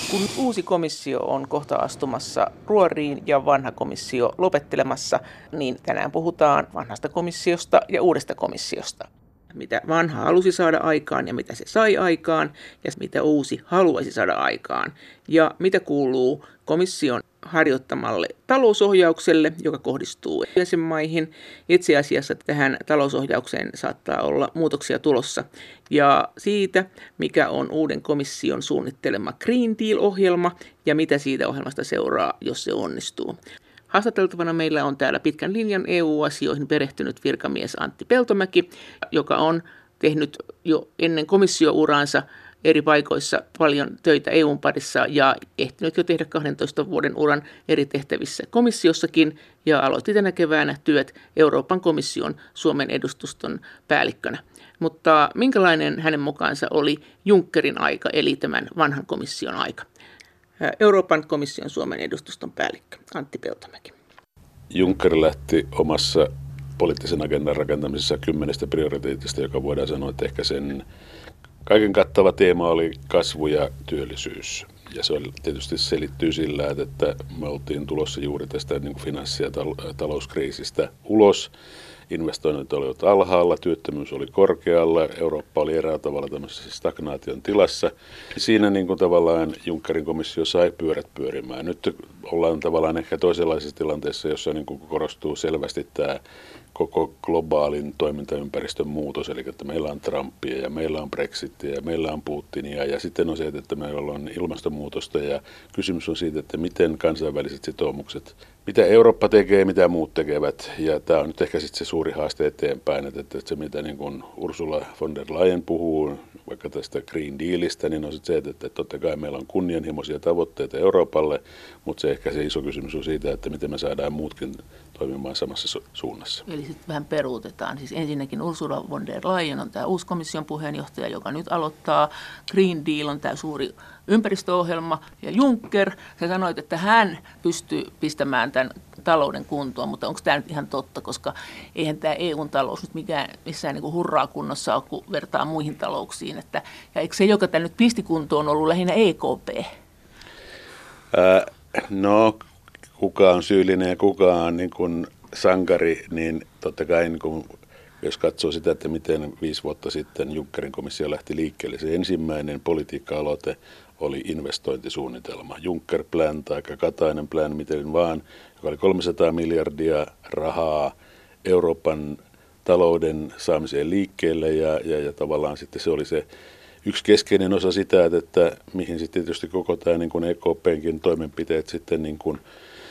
Kun uusi komissio on kohta astumassa ruoriin ja vanha komissio lopettelemassa, niin tänään puhutaan vanhasta komissiosta ja uudesta komissiosta. Mitä vanha halusi saada aikaan ja mitä se sai aikaan ja mitä uusi haluaisi saada aikaan. Ja mitä kuuluu komission harjoittamalle talousohjaukselle, joka kohdistuu jäsenmaihin. Itse asiassa tähän talousohjaukseen saattaa olla muutoksia tulossa. Ja siitä, mikä on uuden komission suunnittelema Green Deal-ohjelma ja mitä siitä ohjelmasta seuraa, jos se onnistuu. Haastateltavana meillä on täällä pitkän linjan EU-asioihin perehtynyt virkamies Antti Peltomäki, joka on tehnyt jo ennen komissiouraansa eri paikoissa paljon töitä EUn parissa ja ehtinyt jo tehdä 12 vuoden uran eri tehtävissä komissiossakin ja aloitti tänä keväänä työt Euroopan komission Suomen edustuston päällikkönä. Mutta minkälainen hänen mukaansa oli Junckerin aika, eli tämän vanhan komission aika? Euroopan komission Suomen edustuston päällikkö Antti Peltomäki. Juncker lähti omassa poliittisen agendan rakentamisessa 10 prioriteetista, joka voidaan sanoa, että ehkä sen kaiken kattava teema oli kasvu ja työllisyys. Ja se tietysti selittyy sillä, että me oltiin tulossa juuri tästä niin kuin finanssi- ja talouskriisistä ulos. Investoinnit olivat alhaalla, työttömyys oli korkealla, Eurooppa oli eräällä tavalla tämmöisessä stagnaation tilassa. Siinä niin kuin tavallaan Junckerin komissio sai pyörät pyörimään. Nyt ollaan tavallaan ehkä toisenlaisessa tilanteessa, jossa niin kuin korostuu selvästi tämä koko globaalin toimintaympäristön muutos, eli että meillä on Trumpia ja meillä on Brexitia ja meillä on Putinia ja sitten on se, että meillä on ilmastonmuutosta ja kysymys on siitä, että miten kansainväliset sitoumukset, mitä Eurooppa tekee, mitä muut tekevät ja tämä on nyt ehkä sitten se suuri haaste eteenpäin, että se mitä niin kuin Ursula von der Leyen puhuu vaikka tästä Green Dealista, niin on sitten se, että totta kai meillä on kunnianhimoisia tavoitteita Euroopalle, mutta se ehkä se iso kysymys on siitä, että miten me saadaan muutkin toimimaan samassa suunnassa. Eli sitten vähän peruutetaan. Siis ensinnäkin Ursula von der Leyen on tämä uusi komission puheenjohtaja, joka nyt aloittaa. Green Deal on tämä suuri ympäristöohjelma. Ja Juncker, sä sanoit, että hän pystyy pistämään tämän talouden kuntoon, mutta onko tämä nyt ihan totta, koska eihän tämä EUn talous nyt missään niin kuin hurraa kunnossa ole, kun vertaa muihin talouksiin. Ja eikö se, joka tämä nyt pisti kuntoon, ollut lähinnä EKP? No, kuka on syyllinen ja kuka on niin kuin sankari, niin totta kai niin kuin, jos katsoo sitä, että miten 5 vuotta sitten Junckerin komissio lähti liikkeelle, se ensimmäinen politiikka-aloite oli investointisuunnitelma. Juncker Plan tai Katainen Plan, miten vaan, joka oli 300 miljardia rahaa Euroopan talouden saamiseen liikkeelle ja tavallaan sitten se oli se yksi keskeinen osa sitä, että mihin sitten tietysti koko tämä niin kuin EKP:nkin toimenpiteet sitten niin kuin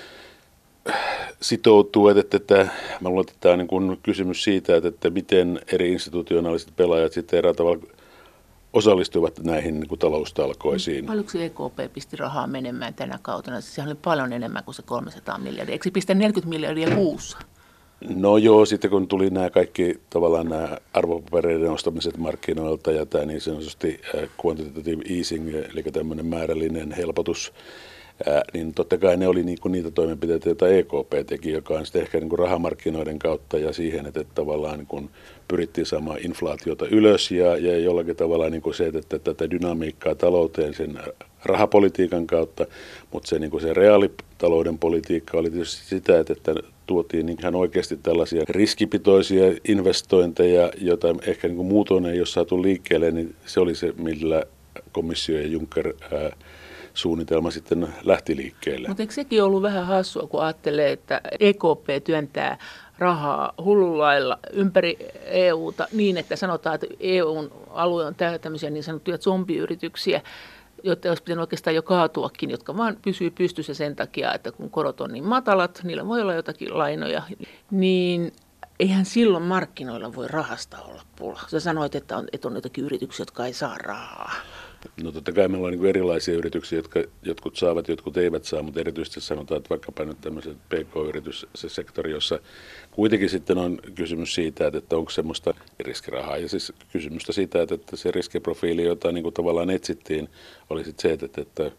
sitoutuu, että mä luulen, että tämä on niin kuin kysymys siitä, että miten eri institutionaaliset pelaajat sitten eräällä tavalla osallistuvat näihin niin kuin taloustalkoisiin. Paljonko se EKP pisti rahaa menemään tänä kautena? Sehän oli paljon enemmän kuin se 300 miljardia. Eikö se pistä 40 miljardia kuussa? No joo, sitten kun tuli nämä kaikki tavallaan nämä arvopapereiden ostamiset markkinoilta ja tämä niin sanotusti quantitative easing, eli tämmöinen määrällinen helpotus, niin totta kai ne oli niinku niitä toimenpiteitä, joita EKP teki, joka on sitten ehkä niinku rahamarkkinoiden kautta ja siihen, että tavallaan niinku pyrittiin saamaan inflaatiota ylös ja jollakin tavalla niinku se, että tätä dynamiikkaa talouteen sen rahapolitiikan kautta, mutta se, niinku se reaalitalouden politiikka oli tietysti sitä, että tuotiin ihan oikeasti tällaisia riskipitoisia investointeja, joita ehkä niinku muutoin ei ole saatu liikkeelle, niin se oli se, millä komissio ja Juncker suunnitelma sitten lähti liikkeelle. Mutta eikö sekin ollut vähän hassua, kun ajattelee, että EKP työntää rahaa hullulailla ympäri EUta niin, että sanotaan, että EUn alue on tämmöisiä niin sanottuja zombiyrityksiä, joita olisi pitänyt oikeastaan jo kaatuakin, jotka vaan pysyy pystyssä sen takia, että kun korot on niin matalat, niillä voi olla jotakin lainoja, niin eihän silloin markkinoilla voi rahasta olla pula. Sä sanoit, että on jotakin yrityksiä, jotka ei saa rahaa. No totta kai meillä on niin kuin erilaisia yrityksiä, jotka jotkut saavat, jotkut eivät saa, mutta erityisesti sanotaan, että vaikkapa nyt tämmöiset PK-yritys, se sektori, jossa kuitenkin sitten on kysymys siitä, että onko semmoista riskirahaa. Ja siis kysymystä siitä, että se riskiprofiili, jota niin kuin tavallaan etsittiin, oli sitten se, että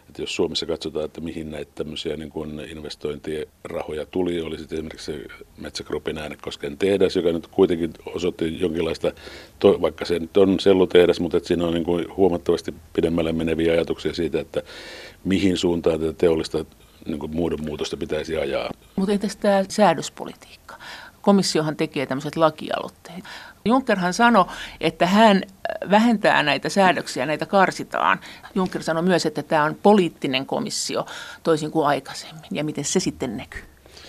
Että jos Suomessa katsotaan, että mihin näitä tämmöisiä niin kuin investointirahoja tuli, oli sitten esimerkiksi se Metsä Groupin Äänekosken tehdas, joka nyt kuitenkin osoitti jonkinlaista, vaikka se nyt on sellutehdas, mutta että siinä on niin kuin huomattavasti pidemmälle meneviä ajatuksia siitä, että mihin suuntaan tätä teollista niin kuin muodonmuutosta pitäisi ajaa. Mutta entäs tämä säädöspolitiikka? Komissiohan tekee tämmöiset lakialoitteet. Junckerhan sanoi, että hän vähentää näitä säädöksiä, näitä karsitaan. Juncker sanoi myös, että tämä on poliittinen komissio toisin kuin aikaisemmin. Ja miten se sitten näkyy?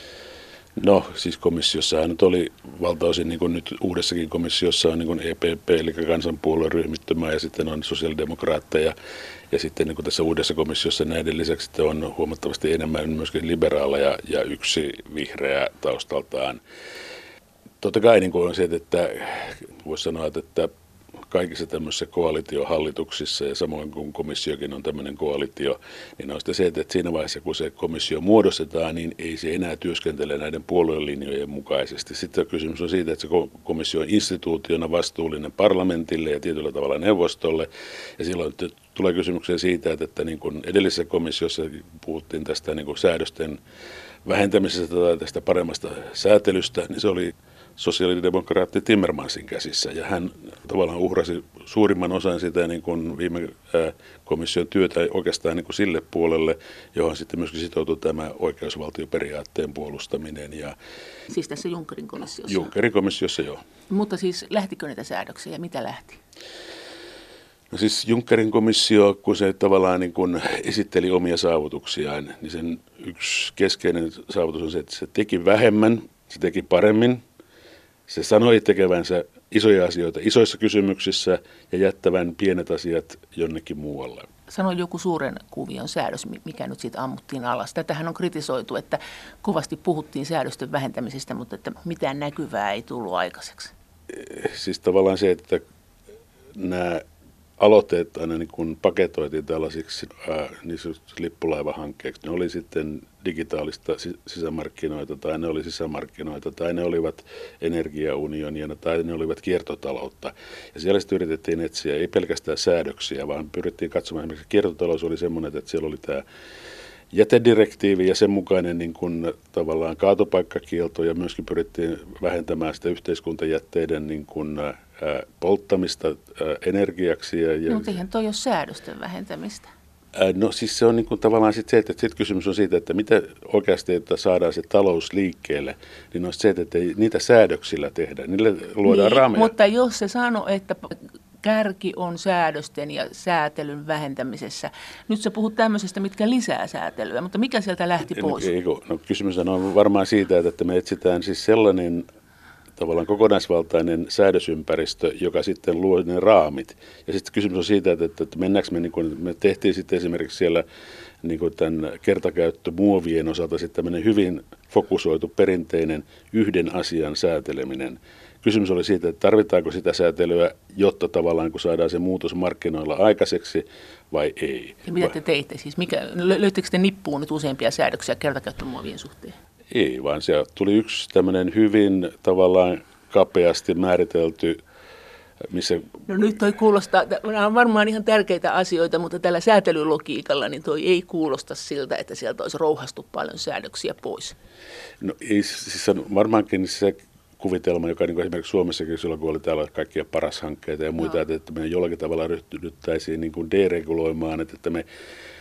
No siis komissiossahan nyt oli valtaosin, niin kuin nyt uudessakin komissiossa on niin kuin EPP, eli kansanpuolueen ryhmittymä, ja sitten on sosiaalidemokraatteja. Ja sitten niin kuin tässä uudessa komissiossa näiden lisäksi on huomattavasti enemmän myöskin liberaaleja ja yksi vihreä taustaltaan. Totta kai niin kuin on se, että voisi sanoa, että kaikissa tämmöisissä koalitiohallituksissa ja samoin kuin komissiokin on tämmöinen koalitio, niin on se, että siinä vaiheessa kun se komissio muodostetaan, niin ei se enää työskentele näiden puoluelinjojen mukaisesti. Sitten kysymys on siitä, että se komissio on instituutiona vastuullinen parlamentille ja tietyllä tavalla neuvostolle. Ja silloin tulee kysymykseen siitä, että niin kuin edellisessä komissiossa puhuttiin tästä niin kuin säädösten vähentämisestä tai tästä paremmasta säätelystä, niin se oli sosiaalidemokraatti Timmermansin käsissä, ja hän tavallaan uhrasi suurimman osan sitä niin kuin viime komission työtä oikeastaan niin kuin sille puolelle, johon sitten myöskin sitoutui tämä oikeusvaltioperiaatteen puolustaminen. Ja siis tässä Junckerin komissiossa? Junckerin komissiossa, joo. Mutta siis lähtikö niitä säädöksiä ja mitä lähti? No siis Junckerin komissio, kun se tavallaan niin kuin esitteli omia saavutuksiaan, niin sen yksi keskeinen saavutus on se, että se teki vähemmän, se teki paremmin. Se sanoi tekevänsä isoja asioita isoissa kysymyksissä ja jättävän pienet asiat jonnekin muualle. Sanoi joku suuren kuvion säädös, mikä nyt siitä ammuttiin alas. Tätähän on kritisoitu, että kovasti puhuttiin säädösten vähentämisestä, mutta että mitään näkyvää ei tullut aikaiseksi. Siis tavallaan se, että nämä aloitteet aina niin kun paketoitiin tällaisiksi lippulaivahankkeeksi. Ne oli sitten digitaalista sisämarkkinoita tai ne oli sisämarkkinoita tai ne olivat energiaunionia tai ne olivat kiertotaloutta. Ja siellä sitten yritettiin etsiä ei pelkästään säädöksiä, vaan pyrittiin katsomaan esimerkiksi kiertotalous oli semmoinen, että siellä oli tämä jätedirektiivi ja sen mukainen niin kuin tavallaan kaatopaikkakielto ja myöskin pyrittiin vähentämään sitä yhteiskuntajätteiden niin kuin polttamista energiaksi. Mutta eihän toi ole säädösten vähentämistä. No siis se on niin kuin tavallaan sit se, että sit kysymys on siitä, että mitä oikeasti, että saadaan se talous liikkeelle, niin on se, että ei niitä säädöksillä tehdä, niille luodaan raameja. Mutta jos se sanoo, että kärki on säädösten ja säätelyn vähentämisessä. Nyt sä puhut tämmöisestä, mitkä lisää säätelyä, mutta mikä sieltä lähti pois? No kysymys on varmaan siitä, että me etsitään siis sellainen tavallaan kokonaisvaltainen säädösympäristö, joka sitten luo ne raamit. Ja sitten kysymys on siitä, että mennäänkö me, niin kuin, me tehtiin sitten esimerkiksi siellä niin kuin tämän kertakäyttömuovien osalta sitten tämmöinen hyvin fokusoitu perinteinen yhden asian sääteleminen. Kysymys oli siitä, että tarvitaanko sitä säätelyä, jotta tavallaan kun saadaan se muutos markkinoilla aikaiseksi vai ei. Ja mitä te teitte siis? Löytyykö te nippuun nyt useampia säädöksiä kertakäyttömuovien suhteen? Ei, vaan se tuli yksi tämmöinen hyvin tavallaan kapeasti määritelty, missä... No nyt toi kuulostaa, nämä on varmaan ihan tärkeitä asioita, mutta tällä säätelylogiikalla niin toi ei kuulosta siltä, että sieltä olisi rouhastu paljon säädöksiä pois. No ei, siis varmaankin se kuvitelma, joka niin esimerkiksi Suomessakin silloin, kun oli täällä kaikkia paras-hankkeita ja muita, että me jollakin tavalla ryhtyttäisiin niin kuin dereguloimaan, että me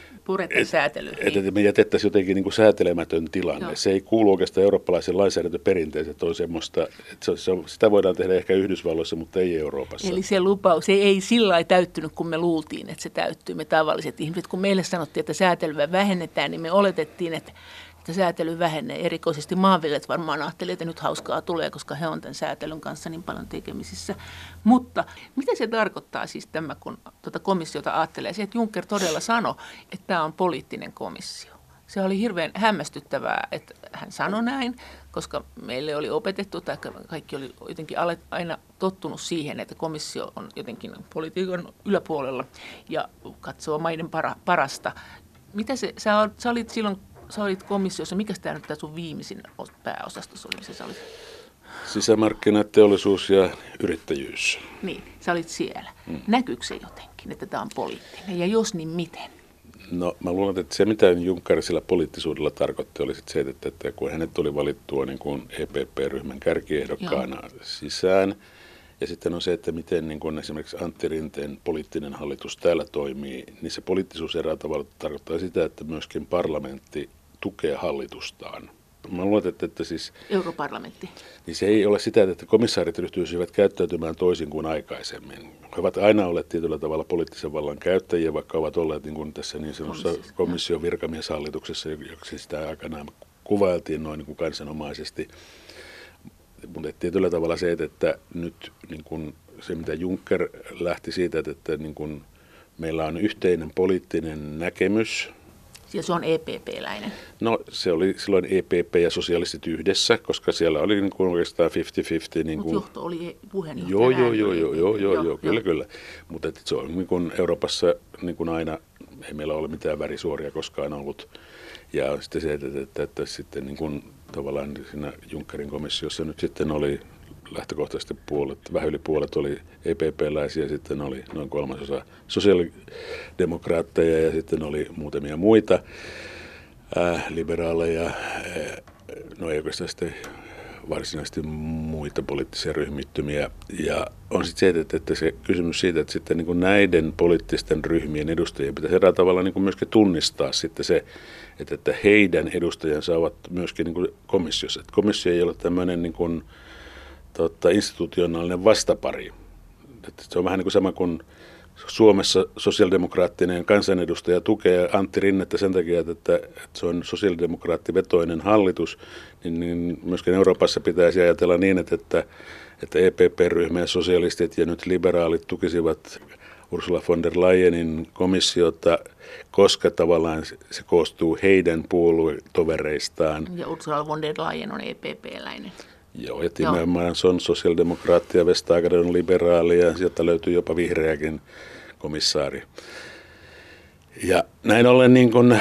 että me jätettäisiin jotenkin niin kuin säätelemätön tilanne. Joo. Se ei kuulu oikeastaan eurooppalaisen lainsäädäntöperinteeseen, että on semmoista, että sitä voidaan tehdä ehkä Yhdysvalloissa, mutta ei Euroopassa. Eli se lupaus ei sillä lailla täyttynyt, kun me luultiin, että se täyttyy, me tavalliset ihmiset. Kun meille sanottiin, että säätelyä vähennetään, niin me oletettiin, että säätely vähenee. Erikoisesti maanviljelijät varmaan ajattelivat, että nyt hauskaa tulee, koska he on tämän säätelyn kanssa niin paljon tekemisissä. Mutta mitä se tarkoittaa siis tämä, kun tuota komissiota ajattelee? Se, että Juncker todella sanoi, että tämä on poliittinen komissio. Se oli hirveän hämmästyttävää, että hän sanoi näin, koska meille oli opetettu, tai kaikki oli jotenkin aina tottunut siihen, että komissio on jotenkin politiikan yläpuolella ja katsoo maiden parasta. Mitä sä olit silloin... Sä olit komissiossa. Mikäs tämä nyt tämä sun viimeisin pääosastossa oli, missä sä olit? Sisämarkkinat, teollisuus ja yrittäjyys. Niin, sä olit siellä. Näkyykö se jotenkin, että tämä on poliittinen? Ja jos niin, miten? No mä luulen, että se mitä Juncker sillä poliittisuudella tarkoitti oli sit se, että kun hänet tuli valittua niin kuin EPP-ryhmän kärkiehdokkaana sisään, ja sitten on se, että miten niin kun esimerkiksi Antti Rinteen poliittinen hallitus täällä toimii, niin se poliittisuus eräällä tavalla tarkoittaa sitä, että myöskin parlamentti tukee hallitustaan. Mä luulen, että siis Europarlamentti. Niin se ei ole sitä, että komissaarit ryhtyisivät käyttäytymään toisin kuin aikaisemmin. He ovat aina olleet tietyllä tavalla poliittisen vallan käyttäjiä, vaikka ovat olleet niin kuin tässä niin sanotussa komission virkamieshallituksessa, joksi sitä aikanaan kuvailtiin noin niin kuin kansanomaisesti. Mutta tietyllä tavalla se, että nyt niin kuin se, mitä Juncker lähti siitä, että niin kuin meillä on yhteinen poliittinen näkemys. Ja se on EPP-läinen. No se oli silloin EPP ja sosialistit yhdessä, koska siellä oli niin kuin oikeastaan 50-50. Niin mutta johto oli puheenjohtaja. Joo, kyllä. Mutta se on niin kuin Euroopassa niin kuin aina, ei meillä ole mitään värisuoria koskaan ollut. Ja sitten se, että sitten niin kuin tavallaan siinä Junckerin komissiossa nyt sitten oli lähtökohtaisesti vähän yli puolet oli EPP-läisiä, sitten oli noin 1/3 sosiaalidemokraatteja ja sitten oli muutamia muita liberaaleja, no ei oikeastaan sitten varsinaisesti muita poliittisia ryhmittymiä. Ja on sitten se, että se kysymys siitä, että sitten niin kuin näiden poliittisten ryhmien edustajien pitäisi eräällä tavalla niin kuin myöskin tunnistaa sitten se, että heidän edustajansa ovat myöskin niin kuin komissiossa. Että komissio ei ole tämmöinen niin kuin institutionaalinen vastapari. Että se on vähän niin kuin sama kuin Suomessa sosiaalidemokraattinen kansanedustaja tukee Antti Rinnettä sen takia, että se on sosiaalidemokraattivetoinen hallitus, niin myöskin Euroopassa pitäisi ajatella niin, että EPP-ryhmä ja sosialistit ja nyt liberaalit tukisivat Ursula von der Leyenin komissiota, koska tavallaan se koostuu heidän puoluetovereistaan. Ja Ursula von der Leyen on EPP-läinen. Joo, ja Timmermans on sosiaalidemokraatti ja Vestager on liberaali ja sieltä löytyy jopa vihreäkin komissaari. Ja näin ollen niin kun,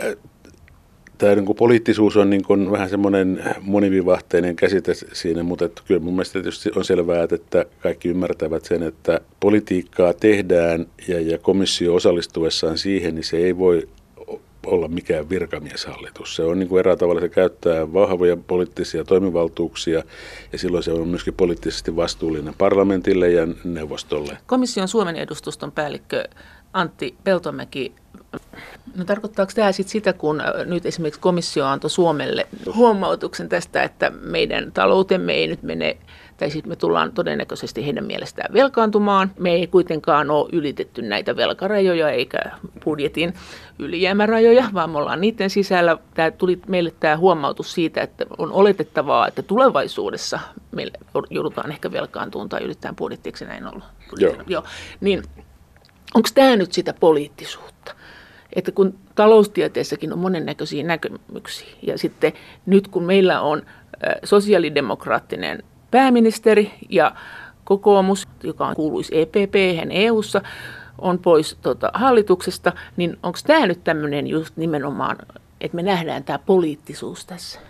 tämä niin kun poliittisuus on niin kun vähän semmoinen monivivahteinen käsite siinä, mutta kyllä mun mielestä tietysti on selvää, että kaikki ymmärtävät sen, että politiikkaa tehdään ja komissio osallistuessaan siihen, niin se ei voi olla mikään virkamieshallitus. Se on niin kuin eräällä tavalla, se käyttää vahvoja poliittisia toimivaltuuksia ja silloin se on myöskin poliittisesti vastuullinen parlamentille ja neuvostolle. Komission Suomen edustuston päällikkö Antti Peltomäki, no tarkoittaako tämä sitten sitä, kun nyt esimerkiksi komissio antoi Suomelle huomautuksen tästä, että meidän taloutemme ei nyt mene, tai sitten me tullaan todennäköisesti heidän mielestään velkaantumaan. Me ei kuitenkaan ole ylitetty näitä velkarajoja eikä budjetin ylijäämärajoja, vaan me ollaan niiden sisällä. Tuli meille tämä huomautus siitä, että on oletettavaa, että tulevaisuudessa me joudutaan ehkä velkaantumaan tai ylittämään budjettiksi, näin ollut. Joo. Niin onko tämä nyt sitä poliittisuutta? Että kun taloustieteessäkin on monennäköisiä näkemyksiä ja sitten nyt kun meillä on sosiaalidemokraattinen pääministeri ja kokoomus, joka kuuluisi EPP-hän EU:ssa, on pois hallituksesta, niin onko tämä nyt tämmöinen just nimenomaan, että me nähdään tämä poliittisuus tässä?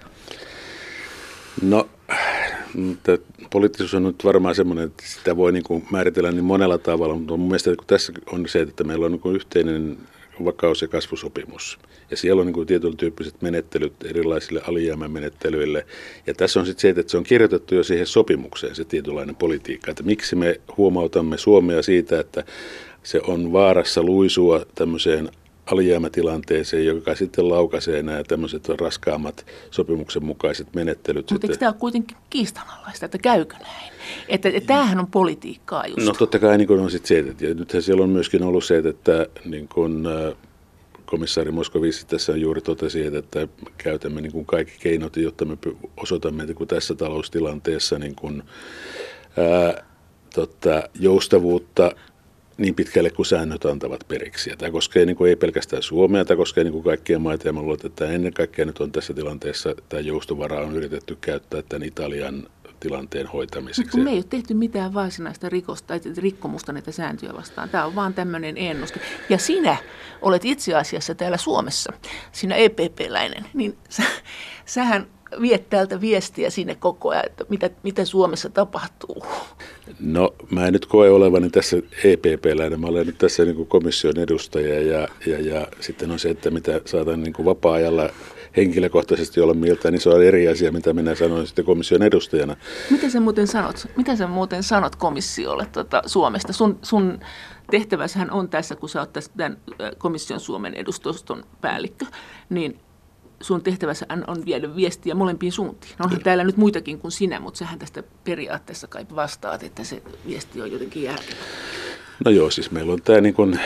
No, poliittisuus on nyt varmaan semmoinen, että sitä voi niin kuin määritellä niin monella tavalla, mutta mun mielestä kun tässä on se, että meillä on niin kuin yhteinen vakaus- ja kasvusopimus. Ja siellä on niin kuin tietyllä tyyppiset menettelyt erilaisille alijäämämenettelyille. Ja tässä on sitten se, että se on kirjoitettu jo siihen sopimukseen, se tietynlainen politiikka. Että miksi me huomautamme Suomea siitä, että se on vaarassa luisua tämmöiseen alijäämätilanteeseen, joka sitten laukaisee nämä tämmöiset raskaammat sopimuksen mukaiset menettelyt. Mutta eikö tämä ole kuitenkin kiistanalaista, että käykö näin? Että tämähän on politiikkaa just. No totta kai niin on sitten se, että ja nythän siellä on myöskin ollut se, että niin kuin komissaari Moscovici tässä juuri totesi, että käytämme niin kuin kaikki keinot, jotta me osoitamme, että kun tässä taloustilanteessa niin kuin, joustavuutta niin pitkälle kuin säännöt antavat periksi. Ja tämä koskee niin kuin, ei pelkästään Suomea, tämä koskee niin kuin kaikkia maita. Ja mä luulen, että ennen kaikkea nyt on tässä tilanteessa tämä joustovara on yritetty käyttää tämän Italian tilanteen hoitamiseksi. Kun me ei ole tehty mitään varsinaista rikosta tai rikkomusta näitä sääntöjä vastaan. Tämä on vaan tämmöinen ennuste. Ja sinä olet itse asiassa täällä Suomessa, sinä EPP-läinen, niin sähän vie täältä viestiä sinne koko ajan, että mitä Suomessa tapahtuu? No mä en nyt koe olevani tässä EPP-läinen, mä olen nyt tässä niin kuin komission edustaja ja sitten on se, että mitä saatan niin kuin vapaa-ajalla henkilökohtaisesti olla mieltä, niin se on eri asia, mitä minä sanoin sitten komission edustajana. Mitä sä muuten sanot komissiolle Suomesta? Sun tehtävässähän on tässä, kun sä oot tämän komission Suomen edustuston päällikkö, niin sun tehtävässähän on viedä viestiä molempiin suuntiin. Onhan täällä nyt muitakin kuin sinä, mutta sähän tästä periaatteessa kai vastaat, että se viesti on jotenkin järkevä. No joo, siis meillä on tämä niin kuin,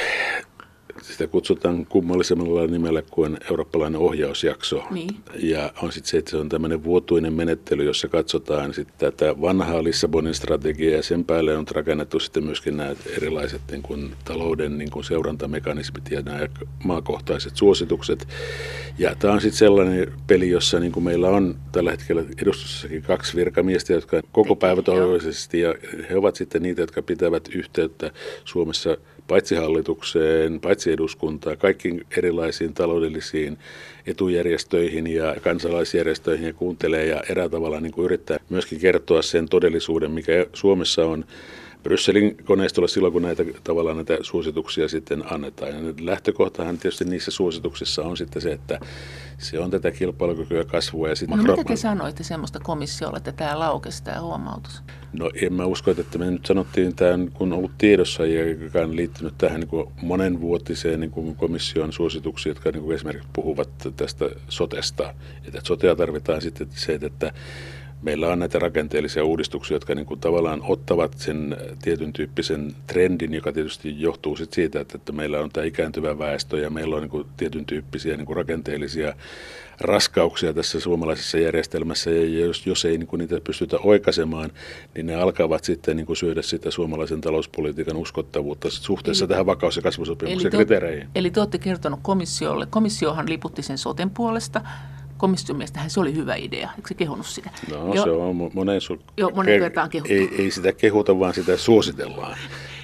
sitä kutsutaan kummallisemmalla nimellä kuin eurooppalainen ohjausjakso. Niin. Ja on sitten se, että se on tämmöinen vuotuinen menettely, jossa katsotaan sitten tätä vanhaa Lissabonin strategiaa ja sen päälle on rakennettu sitten myöskin nämä erilaiset niin kuin talouden niin kuin seurantamekanismit ja nämä maakohtaiset suositukset. Ja tämä on sitten sellainen peli, jossa niin kuin meillä on tällä hetkellä edustussakin 2 virkamiestä, jotka koko päivätoivoisesti ja he ovat sitten niitä, jotka pitävät yhteyttä Suomessa paitsi hallitukseen, paitsi eduskuntaa, kaikkiin erilaisiin taloudellisiin etujärjestöihin ja kansalaisjärjestöihin ja kuuntelee ja eräällä tavalla niin kuin yrittää myöskin kertoa sen todellisuuden, mikä Suomessa on Brysselin koneistolla silloin, kun näitä suosituksia sitten annetaan. Ja lähtökohtahan tietysti niissä suosituksissa on sitten se, että se on tätä kilpailukykyä, kasvua ja sitten... No mitä te sanoitte semmoista komissiolle, että tämä laukesi tämä huomautus? No en mä usko, että me nyt sanottiin tämän, kun on ollut tiedossa ja joka on liittynyt tähän niin kuin monenvuotiseen niin kuin komission suosituksiin, jotka niin kuin esimerkiksi puhuvat tästä sotesta. Että sotea tarvitaan sitten se, että meillä on näitä rakenteellisia uudistuksia, jotka niin kuin tavallaan ottavat sen tietyn tyyppisen trendin, joka tietysti johtuu sit siitä, että meillä on tämä ikääntyvä väestö ja meillä on niin kuin tietyn tyyppisiä niin kuin rakenteellisia raskauksia tässä suomalaisessa järjestelmässä ja jos ei niin kuin niitä pystytä oikaisemaan, niin ne alkavat sitten niin kuin syödä sitä suomalaisen talouspolitiikan uskottavuutta suhteessa tähän vakaus- ja kasvusopimuksen kriteereihin. Eli te olette kertonut komissiolle, komissiohan liputti sen soten puolesta. Komission mielestähän se oli hyvä idea. Eikö se kehunut sitä? No se on monen kertaan kehuttu. Ei sitä kehuta, vaan sitä suositellaan.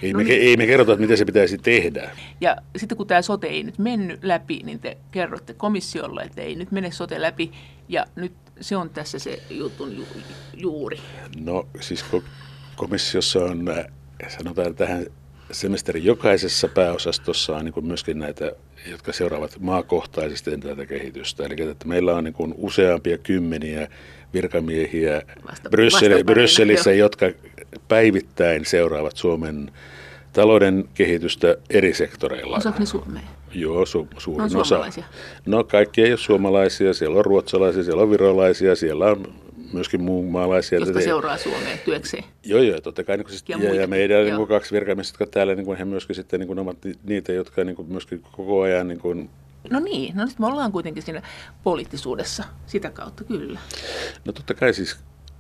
Ei me kerrota, että miten se pitäisi tehdä. Ja sitten kun tämä sote ei nyt mennyt läpi, niin te kerrotte komissiolle, että ei nyt mene sote läpi. Ja nyt se on tässä se jutun juuri. No siis komissiossa on, sanotaan tähän semesterin jokaisessa pääosastossa on niin kuin myöskin näitä, jotka seuraavat maakohtaisesti tätä kehitystä. Eli että meillä on niin kuin useampia kymmeniä virkamiehiä Brysselissä, jotka päivittäin seuraavat Suomen talouden kehitystä eri sektoreilla. Osaako ne Suomea? Joo, suurin osa. No kaikki ei ole suomalaisia, siellä on ruotsalaisia, siellä on virolaisia, siellä on myöskin muun maalaisia. Jotka seuraa Suomeen työkseen. Joo, totta kai. Ja meidän niin 2 virkamiestä, jotka täällä, niin he myöskin sitten niin ovat niitä, jotka niin myöskin koko ajan... Niin no nyt me ollaan kuitenkin siinä poliittisuudessa sitä kautta, kyllä. No totta kai siis,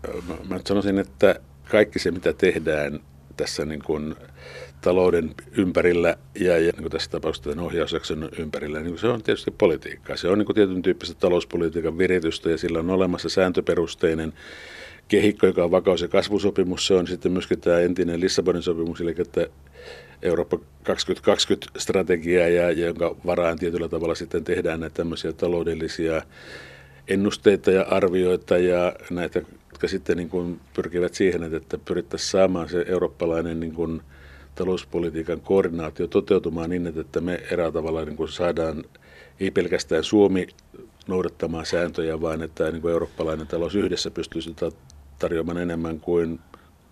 mä sanoisin, että kaikki se, mitä tehdään tässä niin kuin talouden ympärillä ja niin kuin tässä tapauksessa tämän ohjausjakson ympärillä, niin se on tietysti politiikkaa. Se on niin kuin tietyn tyyppistä talouspolitiikan viritystä ja sillä on olemassa sääntöperusteinen kehikko, joka on vakaus- ja kasvusopimus. Se on sitten myöskin tämä entinen Lissabonin sopimus, eli että Eurooppa 2020-strategia, ja jonka varaan tietyllä tavalla sitten tehdään näitä tämmöisiä taloudellisia ennusteita ja arvioita ja näitä, jotka sitten niin kuin pyrkivät siihen, että pyrittäisiin saamaan se eurooppalainen niin kuin talouspolitiikan koordinaatio toteutumaan niin, että me eräällä tavalla niin kuin saadaan ei pelkästään Suomi noudattamaan sääntöjä, vaan että niin kuin eurooppalainen talous yhdessä pystyisi tarjoamaan enemmän kuin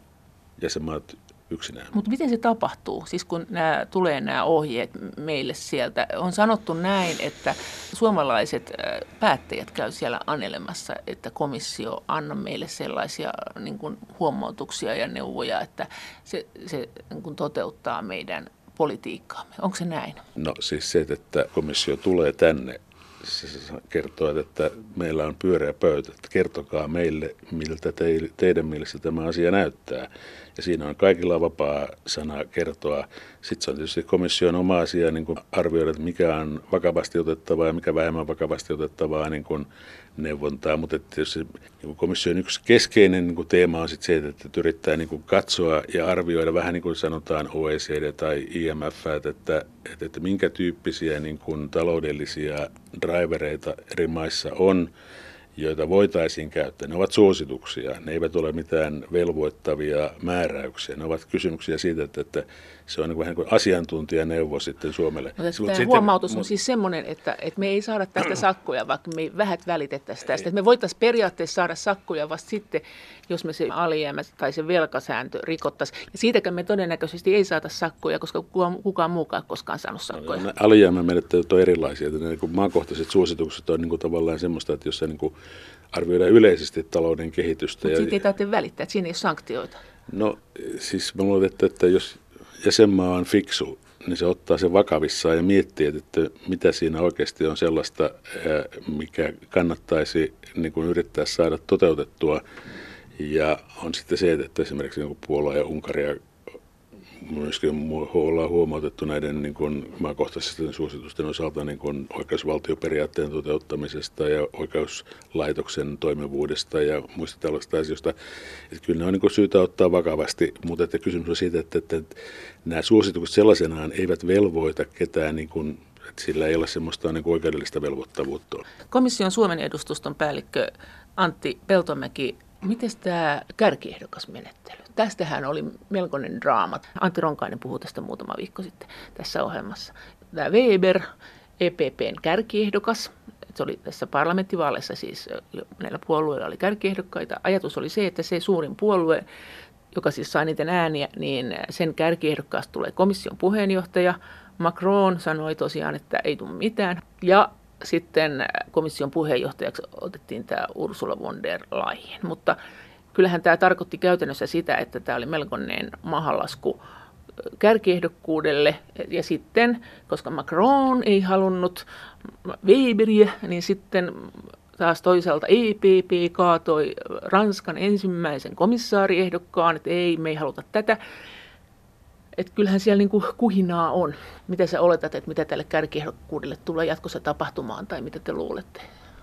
jäsenmaat yksinään. Mutta miten se tapahtuu? Siis kun tulee nämä ohjeet meille sieltä, on sanottu näin, että suomalaiset päättäjät käy siellä anelemassa, että komissio anna meille sellaisia niin kuin huomautuksia ja neuvoja, että se niin kuin toteuttaa meidän politiikkaamme. Onko se näin? No siis se, että komissio tulee tänne, se kertoo, että meillä on pyöreä pöytä, että kertokaa meille, miltä teidän mielestä tämä asia näyttää. Ja siinä on kaikilla vapaa sana kertoa. Sitten se on tietysti komission oma asia niin kuin arvioida, että mikä on vakavasti otettavaa ja mikä vähemmän vakavasti otettavaa niin kuin neuvontaa. Mutta tietysti niin kuin komission yksi keskeinen niin kuin teema on sitten se, että yrittää niin kuin katsoa ja arvioida vähän niin kuin sanotaan OECD tai IMF, että minkä tyyppisiä niin kuin taloudellisia drivereita eri maissa on. joita voitaisiin käyttää. Ne ovat suosituksia, ne eivät ole mitään velvoittavia määräyksiä. Ne ovat kysymyksiä siitä, että se on vähän kuin asiantuntijaneuvo sitten Suomelle. Tämä huomautus on siis semmoinen, että me ei saada tästä sakkoja, vaikka me ei vähät välitettäisiin tästä. Me voitaisiin periaatteessa saada sakkoja vasta sitten, jos me se alijäämä tai se velkasääntö rikottaisiin. Ja siitäkään me todennäköisesti ei saada sakkoja, koska kukaan muukaan koskaan saanut sakkoja. Alijäämämenettelyt on erilaisia. Ne niin kuin maakohtaiset suositukset on niin kuin tavallaan semmoista, että jos se niin kuin arvioidaan yleisesti talouden kehitystä. Mutta siitä ei tarvitse välittää, että siinä ei ole sanktioita. No siis mä luulen, että jos jäsenmaa on fiksu, niin se ottaa sen vakavissaan ja miettii, että mitä siinä oikeasti on sellaista, mikä kannattaisi niin kuin yrittää saada toteutettua. Ja on sitten se, että esimerkiksi niin kuin Puola ja Unkaria myöskin ollaan huomautettu näiden niin kuin maakohtaisisten suositusten osalta niin kuin oikeusvaltioperiaatteen toteuttamisesta ja oikeuslaitoksen toimivuudesta ja muista tällaista asioista. Että kyllä ne on niin kuin syytä ottaa vakavasti, mutta että kysymys on siitä, että nämä suositukset sellaisenaan eivät velvoita ketään, niin kuin, että sillä ei ole semmoista niin kuin oikeudellista velvoittavuutta. Komission Suomen edustuston päällikkö Antti Peltomäki, miten tämä kärkiehdokasmenettely? Tästähän oli melkoinen draama. Antti Ronkainen puhui tästä muutama viikko sitten tässä ohjelmassa. Tämä Weber, EPPn kärkiehdokas, se oli tässä parlamenttivaaleissa siis näillä puolueilla oli kärkiehdokkaita. Ajatus oli se, että se suurin puolue, joka siis sai niiden ääniä, niin sen kärkiehdokkaasta tulee komission puheenjohtaja. Macron sanoi tosiaan, että ei tule mitään. Ja sitten komission puheenjohtajaksi otettiin tämä Ursula von der Leyen, mutta kyllähän tämä tarkoitti käytännössä sitä, että tämä oli melkoinen mahalasku kärkiehdokkuudelle. Ja sitten, koska Macron ei halunnut Weberiä, niin sitten taas toisaalta EPP kaatoi Ranskan ensimmäisen komissaariehdokkaan, että ei, me ei haluta tätä. Että kyllähän siellä niin kuin kuhinaa on. Mitä sä oletat, että mitä tälle kärkiehdokkuudelle tulee jatkossa tapahtumaan, tai mitä te luulette?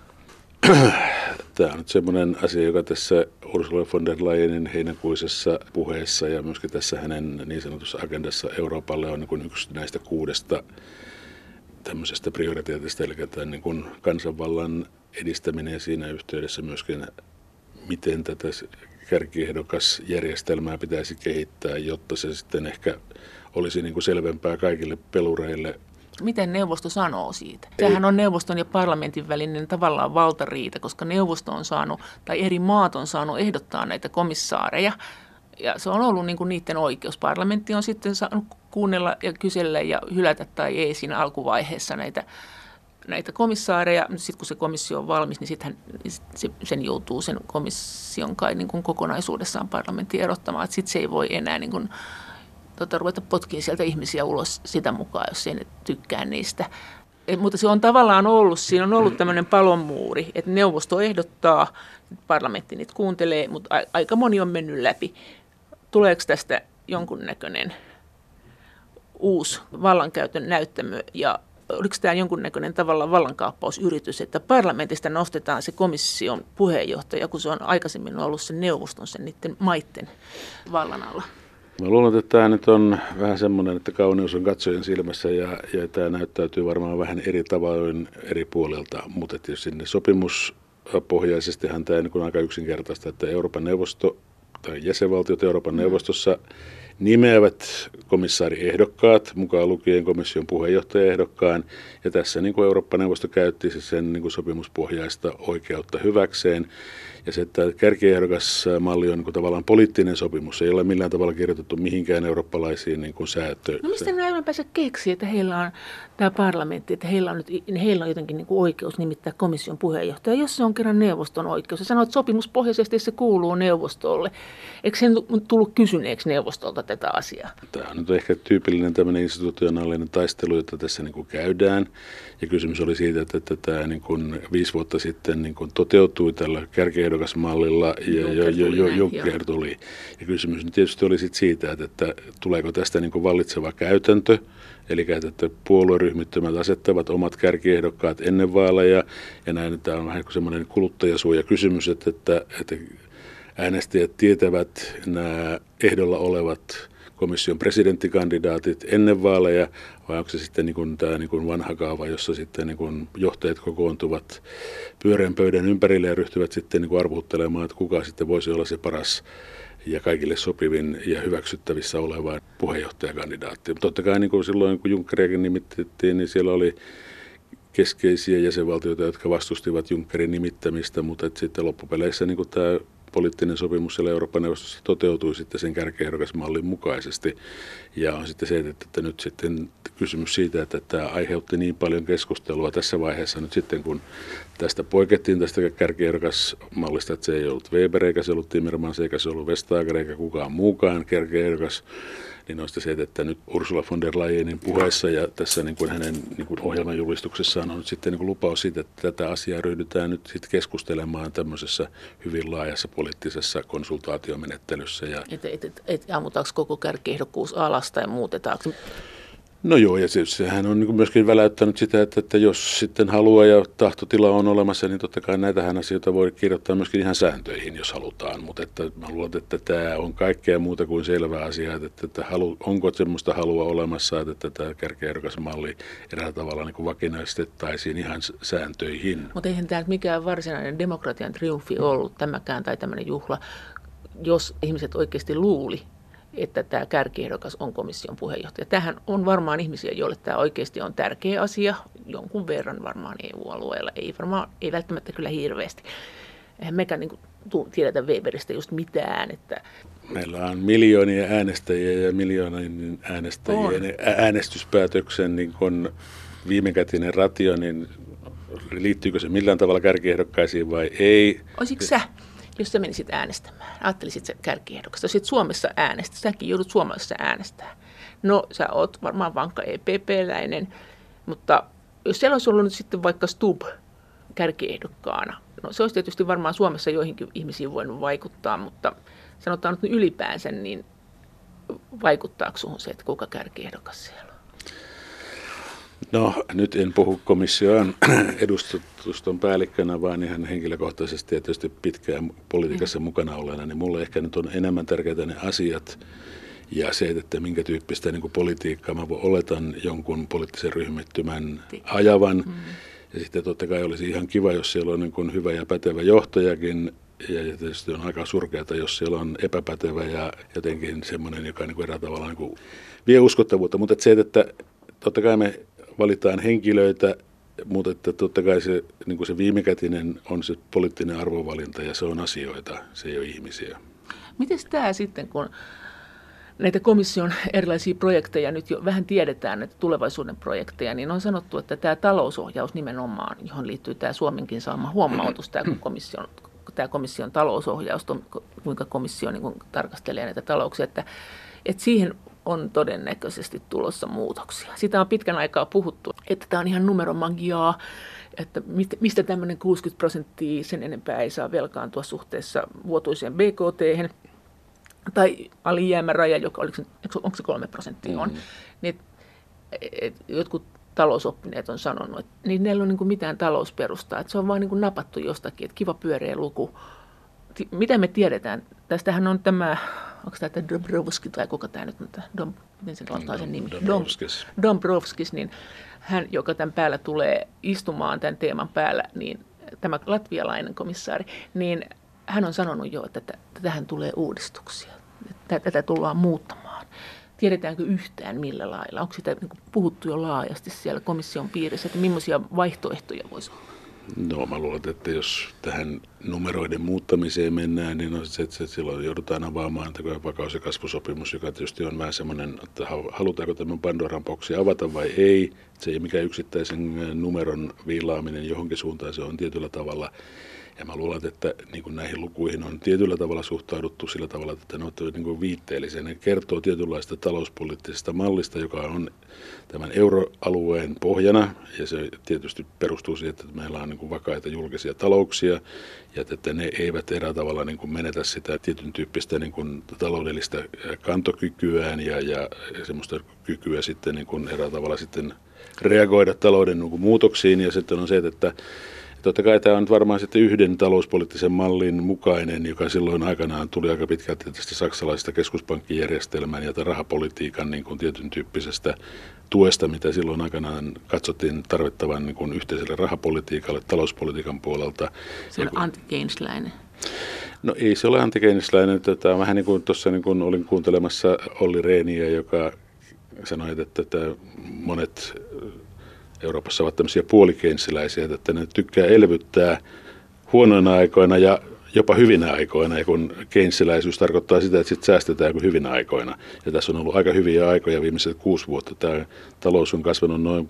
Tämä on nyt semmoinen asia, joka tässä Ursula von der Leyenin heinäkuisessa puheessa ja myöskin tässä hänen niin sanotussa agendassa Euroopalle on niin kuin yksi näistä 6 tämmöisestä prioriteetista, eli tämän niin kuin kansanvallan edistäminen ja siinä yhteydessä myöskin, miten tätä kärkiehdokasjärjestelmää pitäisi kehittää, jotta se sitten ehkä olisi niin kuin selvempää kaikille pelureille. Miten neuvosto sanoo siitä? Sehän on neuvoston ja parlamentin välinen tavallaan valtariita, koska neuvosto on saanut, tai eri maat on saanut ehdottaa näitä komissaareja. Ja se on ollut niin kuin niiden oikeus. Parlamentti on sitten saanut kuunnella ja kysellä ja hylätä tai ei siinä alkuvaiheessa näitä komissaareja. Sitten kun se komissio on valmis, niin sitten sen joutuu sen komission kai niin kuin kokonaisuudessaan parlamentti erottamaan. Sitten se ei voi enää niin kuin ruveta potkimaan sieltä ihmisiä ulos sitä mukaan, jos ei ne tykkää niistä. Mutta se on tavallaan ollut, siinä on ollut tämmöinen palomuuri, että neuvosto ehdottaa, parlamentti niitä kuuntelee, mutta aika moni on mennyt läpi. Tuleeko tästä jonkunnäköinen uusi vallankäytön näyttämö ja oliko tämä jonkunnäköinen tavallaan vallankaappausyritys, että parlamentista nostetaan se komission puheenjohtaja, kun se on aikaisemmin ollut sen neuvoston, sen niiden maiden vallan alla? Mä luulen, että tämä nyt on vähän semmoinen, että kauneus on katsojen silmässä ja tämä näyttäytyy varmaan vähän eri tavoin eri puolilta, mutta tietysti sinne sopimuspohjaisestihan tämä on aika yksinkertaista, että Euroopan neuvosto tai jäsenvaltiot Euroopan neuvostossa nimeävät komissaariehdokkaat, mukaan lukien komission puheenjohtajaehdokkaan, ja tässä niin kuin Eurooppa-neuvosto käytti sen niin kuin sopimuspohjaista oikeutta hyväkseen. Ja se, että kärkiehdokasmalli on niin kuin tavallaan poliittinen sopimus, ei ole millään tavalla kirjoitettu mihinkään eurooppalaisiin niin kuin sääntöihin. No mistä ne ylipäänsä keksii, että heillä on tämä parlamentti, että heillä on jotenkin niin kuin oikeus nimittää komission puheenjohtaja, jos se on kerran neuvoston oikeus. Ja sanoo, että sopimuspohjaisesti se kuuluu neuvostolle. Eikö sen tullut kysyneeksi neuvostolta tätä asiaa? Tämä on nyt ehkä tyypillinen tämmöinen institutionaalinen taistelu, jota tässä niin kuin käydään. Ja kysymys oli siitä, että tämä niin kuin 5 vuotta sitten niin kuin toteutui tällä kärkiehdokasmallilla ja Juncker tuli. Ja kysymys tietysti oli siitä, että tuleeko tästä niin kuin vallitseva käytäntö, eli että puolueryhmittymät asettavat omat kärkiehdokkaat ennen vaaleja, ja näin tämä on vähän kuin semmoinen kuluttajasuojakysymys, että äänestäjät tietävät nämä ehdolla olevat komission presidenttikandidaatit ennen vaaleja, vai onko se sitten niin kuin tämä niin kuin vanha kaava, jossa sitten niin kuin johtajat kokoontuvat pyöreän pöydän ympärille ja ryhtyvät sitten niin kuin arvuuttelemaan, että kuka sitten voisi olla se paras ja kaikille sopivin ja hyväksyttävissä oleva puheenjohtajakandidaatti. Mutta totta kai niin kuin silloin, kun Junckeriakin nimitettiin, niin siellä oli keskeisiä jäsenvaltioita, jotka vastustivat Junckerin nimittämistä, mutta sitten loppupeleissä niin kuin tämä poliittinen sopimus siellä Euroopan neuvostossa toteutui sitten sen kärkiehdokasmallin mukaisesti. Ja on sitten se, että nyt sitten kysymys siitä, että tämä aiheutti niin paljon keskustelua tässä vaiheessa nyt sitten, kun tästä poikettiin tästä kärkiehdokasmallista, että se ei ollut Weber eikä se ollut Timmermans eikä se ollut Vestager eikä kukaan muukaan kärkiehdokas, niin on se, että nyt Ursula von der Leyenin puheessa ja tässä niin kuin hänen niin kuin ohjelmajulistuksessaan on nyt sitten niin kuin lupaus siitä, että tätä asiaa ryhdytään nyt sitten keskustelemaan tämmöisessä hyvin laajassa poliittisessa konsultaatiomenettelyssä. Et ammutaanko koko kärkiehdokkuus alas tai muutetaanko? No joo, ja sehän on niin myöskin väläyttänyt sitä, että jos sitten halua ja tahtotila on olemassa, niin totta kai näitähän asioita voi kirjoittaa myöskin ihan sääntöihin, jos halutaan. Mutta mä luulen, että tämä on kaikkea muuta kuin selvä asia, että onko semmoista halua olemassa, että tämä kärkiehdokasmalli eräällä tavalla niin kuin vakinaistettaisiin ihan sääntöihin. Mutta eihän tämä mikään varsinainen demokratian triumfi ollut tämäkään tai tämmöinen juhla, jos ihmiset oikeasti luuli, että tämä kärkiehdokas on komission puheenjohtaja. Tämähän on varmaan ihmisiä, joille tämä oikeasti on tärkeä asia, jonkun verran varmaan EU-alueella, ei välttämättä kyllä hirveästi. Eihän mekään niin tiedetä Weberistä just mitään. Että meillä on miljoonia äänestäjiä ja miljoonien äänestäjien äänestyspäätöksen niin kun viimekätinen ratio, niin liittyykö se millään tavalla kärkiehdokkaisiin vai ei? Olisitko sä, jos sä menisit äänestämään, ajattelisit sä kärkiehdokasta, jos Suomessa äänestä, säkin joudut Suomessa äänestämään. No, sä oot varmaan vankka EPP-läinen, mutta jos siellä olisi ollut nyt sitten vaikka Stubb kärkiehdokkaana, no se olisi tietysti varmaan Suomessa joihinkin ihmisiin voinut vaikuttaa, mutta sanotaan nyt ylipäänsä, niin vaikuttaako suhun se, että kuka kärkiehdokas siellä on? No, nyt en puhu komission edustuston päällikkönä, vaan ihan henkilökohtaisesti ja tietysti pitkään politiikassa mukana olleena, niin mulle ehkä nyt on enemmän tärkeitä ne asiat ja se, että minkä tyyppistä niin kuin politiikkaa mä oletan jonkun poliittisen ryhmittymän ajavan. Ja sitten totta kai olisi ihan kiva, jos siellä on niin kuin hyvä ja pätevä johtajakin. Ja tietysti on aika surkeata, jos siellä on epäpätevä ja jotenkin semmoinen, joka niin kuin eräällä tavalla niin kuin vie uskottavuutta. Mutta se, että totta kai me valitaan henkilöitä, mutta että totta kai se, niin kuin se viimekätinen on se poliittinen arvovalinta ja se on asioita, se ei ole ihmisiä. Miten tämä sitten, kun näitä komission erilaisia projekteja nyt jo vähän tiedetään, näitä tulevaisuuden projekteja, niin on sanottu, että tämä talousohjaus nimenomaan, johon liittyy tämä Suomenkin saama huomautus, tämä komission talousohjaus, kuinka komissio niin kuin tarkastelee näitä talouksia, että siihen on todennäköisesti tulossa muutoksia. Sitä on pitkän aikaa puhuttu, että tämä on ihan numeromagiaa, että mistä tämmöinen 60% sen enempää ei saa velkaantua suhteessa vuotuiseen BKT-hen, tai alijäämäraja, joka onko se 3% on, niin jotkut talousoppineet on sanonut, että niillä ei ole niin kuin mitään talousperustaa, että se on vaan niin kuin napattu jostakin, että kiva pyöreä luku. Mitä me tiedetään? Tästähän on tämä, onko tämä Dombrovskis tai kuka tämä nyt on, miten se ottaa sen nimi? Dombrovskis, niin hän, joka tämän päällä tulee istumaan tämän teeman päällä, niin tämä latvialainen komissaari, niin hän on sanonut jo, että tähän tulee uudistuksia. Tätä tullaan muuttamaan. Tiedetäänkö yhtään millä lailla? Onko sitä puhuttu jo laajasti siellä komission piirissä, että millaisia vaihtoehtoja voisi olla? No mä luulen, että jos tähän numeroiden muuttamiseen mennään, niin on se, että silloin joudutaan avaamaan tämä vakaus- ja kasvusopimus, joka tietysti on vähän semmoinen, että halutaanko tämän Pandoran boksi avata vai ei. Se ei ole mikään yksittäisen numeron viilaaminen johonkin suuntaan, se on tietyllä tavalla. Ja mä luulen, että niin kuin näihin lukuihin on tietyllä tavalla suhtauduttu sillä tavalla, että ne ovat niin kuin viitteellisiä. Ne kertoo tietynlaista talouspoliittisesta mallista, joka on tämän euroalueen pohjana. Ja se tietysti perustuu siihen, että meillä on niin kuin vakaita julkisia talouksia ja että ne eivät eräällä tavalla niin kuin menetä sitä tietyn tyyppistä niin kuin taloudellista kantokykyään ja semmoista kykyä sitten niin kuin eräällä tavalla sitten reagoida talouden niin kuin muutoksiin. Ja sitten on se, että Totta kai tämä on varmaan sitten yhden talouspoliittisen mallin mukainen, joka silloin aikanaan tuli aika pitkälti tästä saksalaisesta keskuspankkijärjestelmän ja rahapolitiikan niin kuin tietyn tyyppisestä tuesta, mitä silloin aikanaan katsottiin tarvittavan niin kuin yhteiselle rahapolitiikalle talouspolitiikan puolelta. Se on anti-keynesläinen. No ei se ole anti-keynesläinen. Vähän niin kuin tuossa niin kuin olin kuuntelemassa Olli Rehniä, joka sanoi, että monet Euroopassa ovat tämmöisiä puolikeinsiläisiä, että ne tykkää elvyttää huonoina aikoina ja jopa hyvinä aikoina, ja kun keynesiläisyys tarkoittaa sitä, että sitten säästetään kuin hyvinä aikoina. Ja tässä on ollut aika hyviä aikoja viimeiset 6 vuotta. Tämä talous on kasvanut noin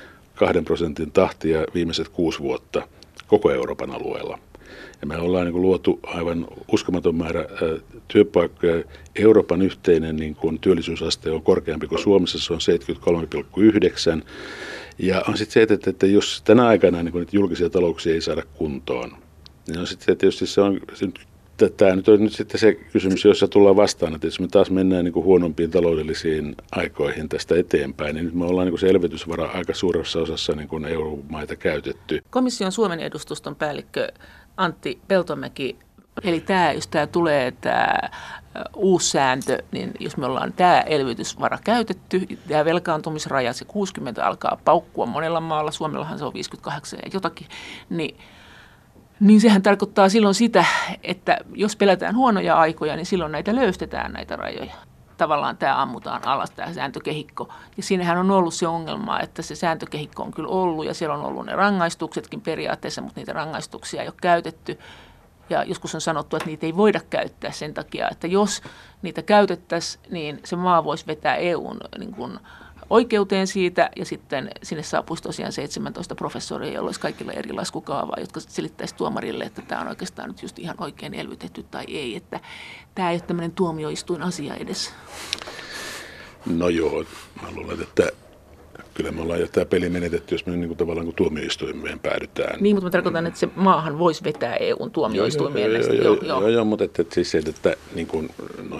2% tahtia viimeiset 6 vuotta koko Euroopan alueella. Ja me ollaan niin kuin luotu aivan uskomaton määrä työpaikkoja. Euroopan yhteinen niin kuin työllisyysaste on korkeampi kuin Suomessa, se on 73,9. Ja on sitten se, että jos tänä aikana niin kun julkisia talouksia ei saada kuntoon, niin on sitten se, että tietysti tämä nyt on nyt sitten se kysymys, jossa tullaan vastaan, että jos me taas mennään niin kuin huonompiin taloudellisiin aikoihin tästä eteenpäin, niin nyt me ollaan niin kuin se elvytysvara aika suuressa osassa niin kuin EU-maita käytetty. Komission Suomen edustuston päällikkö Antti Peltomäki, eli jos tämä tulee tämä uusi sääntö, niin jos me ollaan tämä elvytysvara käytetty, tämä velkaantumisraja, se 60 alkaa paukkua monella maalla, Suomellahan se on 58 ja jotakin, niin sehän tarkoittaa silloin sitä, että jos pelätään huonoja aikoja, niin silloin näitä löystetään näitä rajoja. Tavallaan tämä ammutaan alas, tämä sääntökehikko. Ja siinähän on ollut se ongelma, että se sääntökehikko on kyllä ollut ja siellä on ollut ne rangaistuksetkin periaatteessa, mutta niitä rangaistuksia ei ole käytetty. Ja joskus on sanottu, että niitä ei voida käyttää sen takia, että jos niitä käytettäisiin, niin se maa voisi vetää EUn niin kuin oikeuteen siitä, ja sitten sinne saapuisi tosiaan 17 professoria, joilla olisi kaikilla eri laskukaavaa, jotka selittäisi tuomarille, että tämä on oikeastaan nyt just ihan oikein elvytetty tai ei, että tämä ei ole tämmöinen tuomioistuin asia edes. No joo, mä luulen, että kyllä me ollaan jo tämä peli menetetty, jos me niin kuin tavallaan kun tuomioistuimeen päädytään. Niin, mutta mä tarkoitan, että se maahan voisi vetää EUn tuomioistuimeen. Joo, mutta siis se, että niin kuin,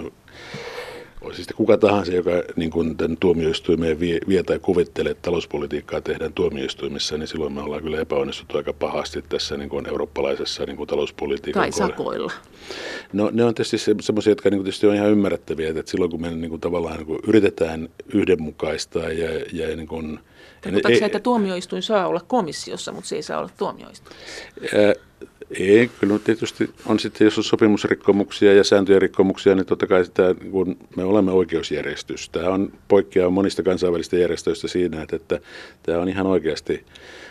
olisi sitten kuka tahansa, joka niin kuin tämän tuomioistuimeen vie tai kuvittelee, että talouspolitiikkaa tehdään tuomioistuimissa, niin silloin me ollaan kyllä epäonnistuttu aika pahasti tässä niin kuin eurooppalaisessa niin kuin talouspolitiikan tai sakoilla. No ne on tietysti semmoisia, jotka niin kuin tietysti on ihan ymmärrettäviä, että silloin kun me niin kuin tavallaan niin kuin yritetään yhdenmukaistaa ja niin kuin... Tarkoitatko että tuomioistuin saa olla komissiossa, mutta se ei saa olla tuomioistuin? Ei, kyllä tietysti on sitten, jos on sopimusrikkomuksia ja sääntöjen rikkomuksia, niin totta kai sitä, kun me olemme oikeusjärjestys. Tämä on poikkeaa monista kansainvälisistä järjestöistä siinä, että tämä on ihan oikeasti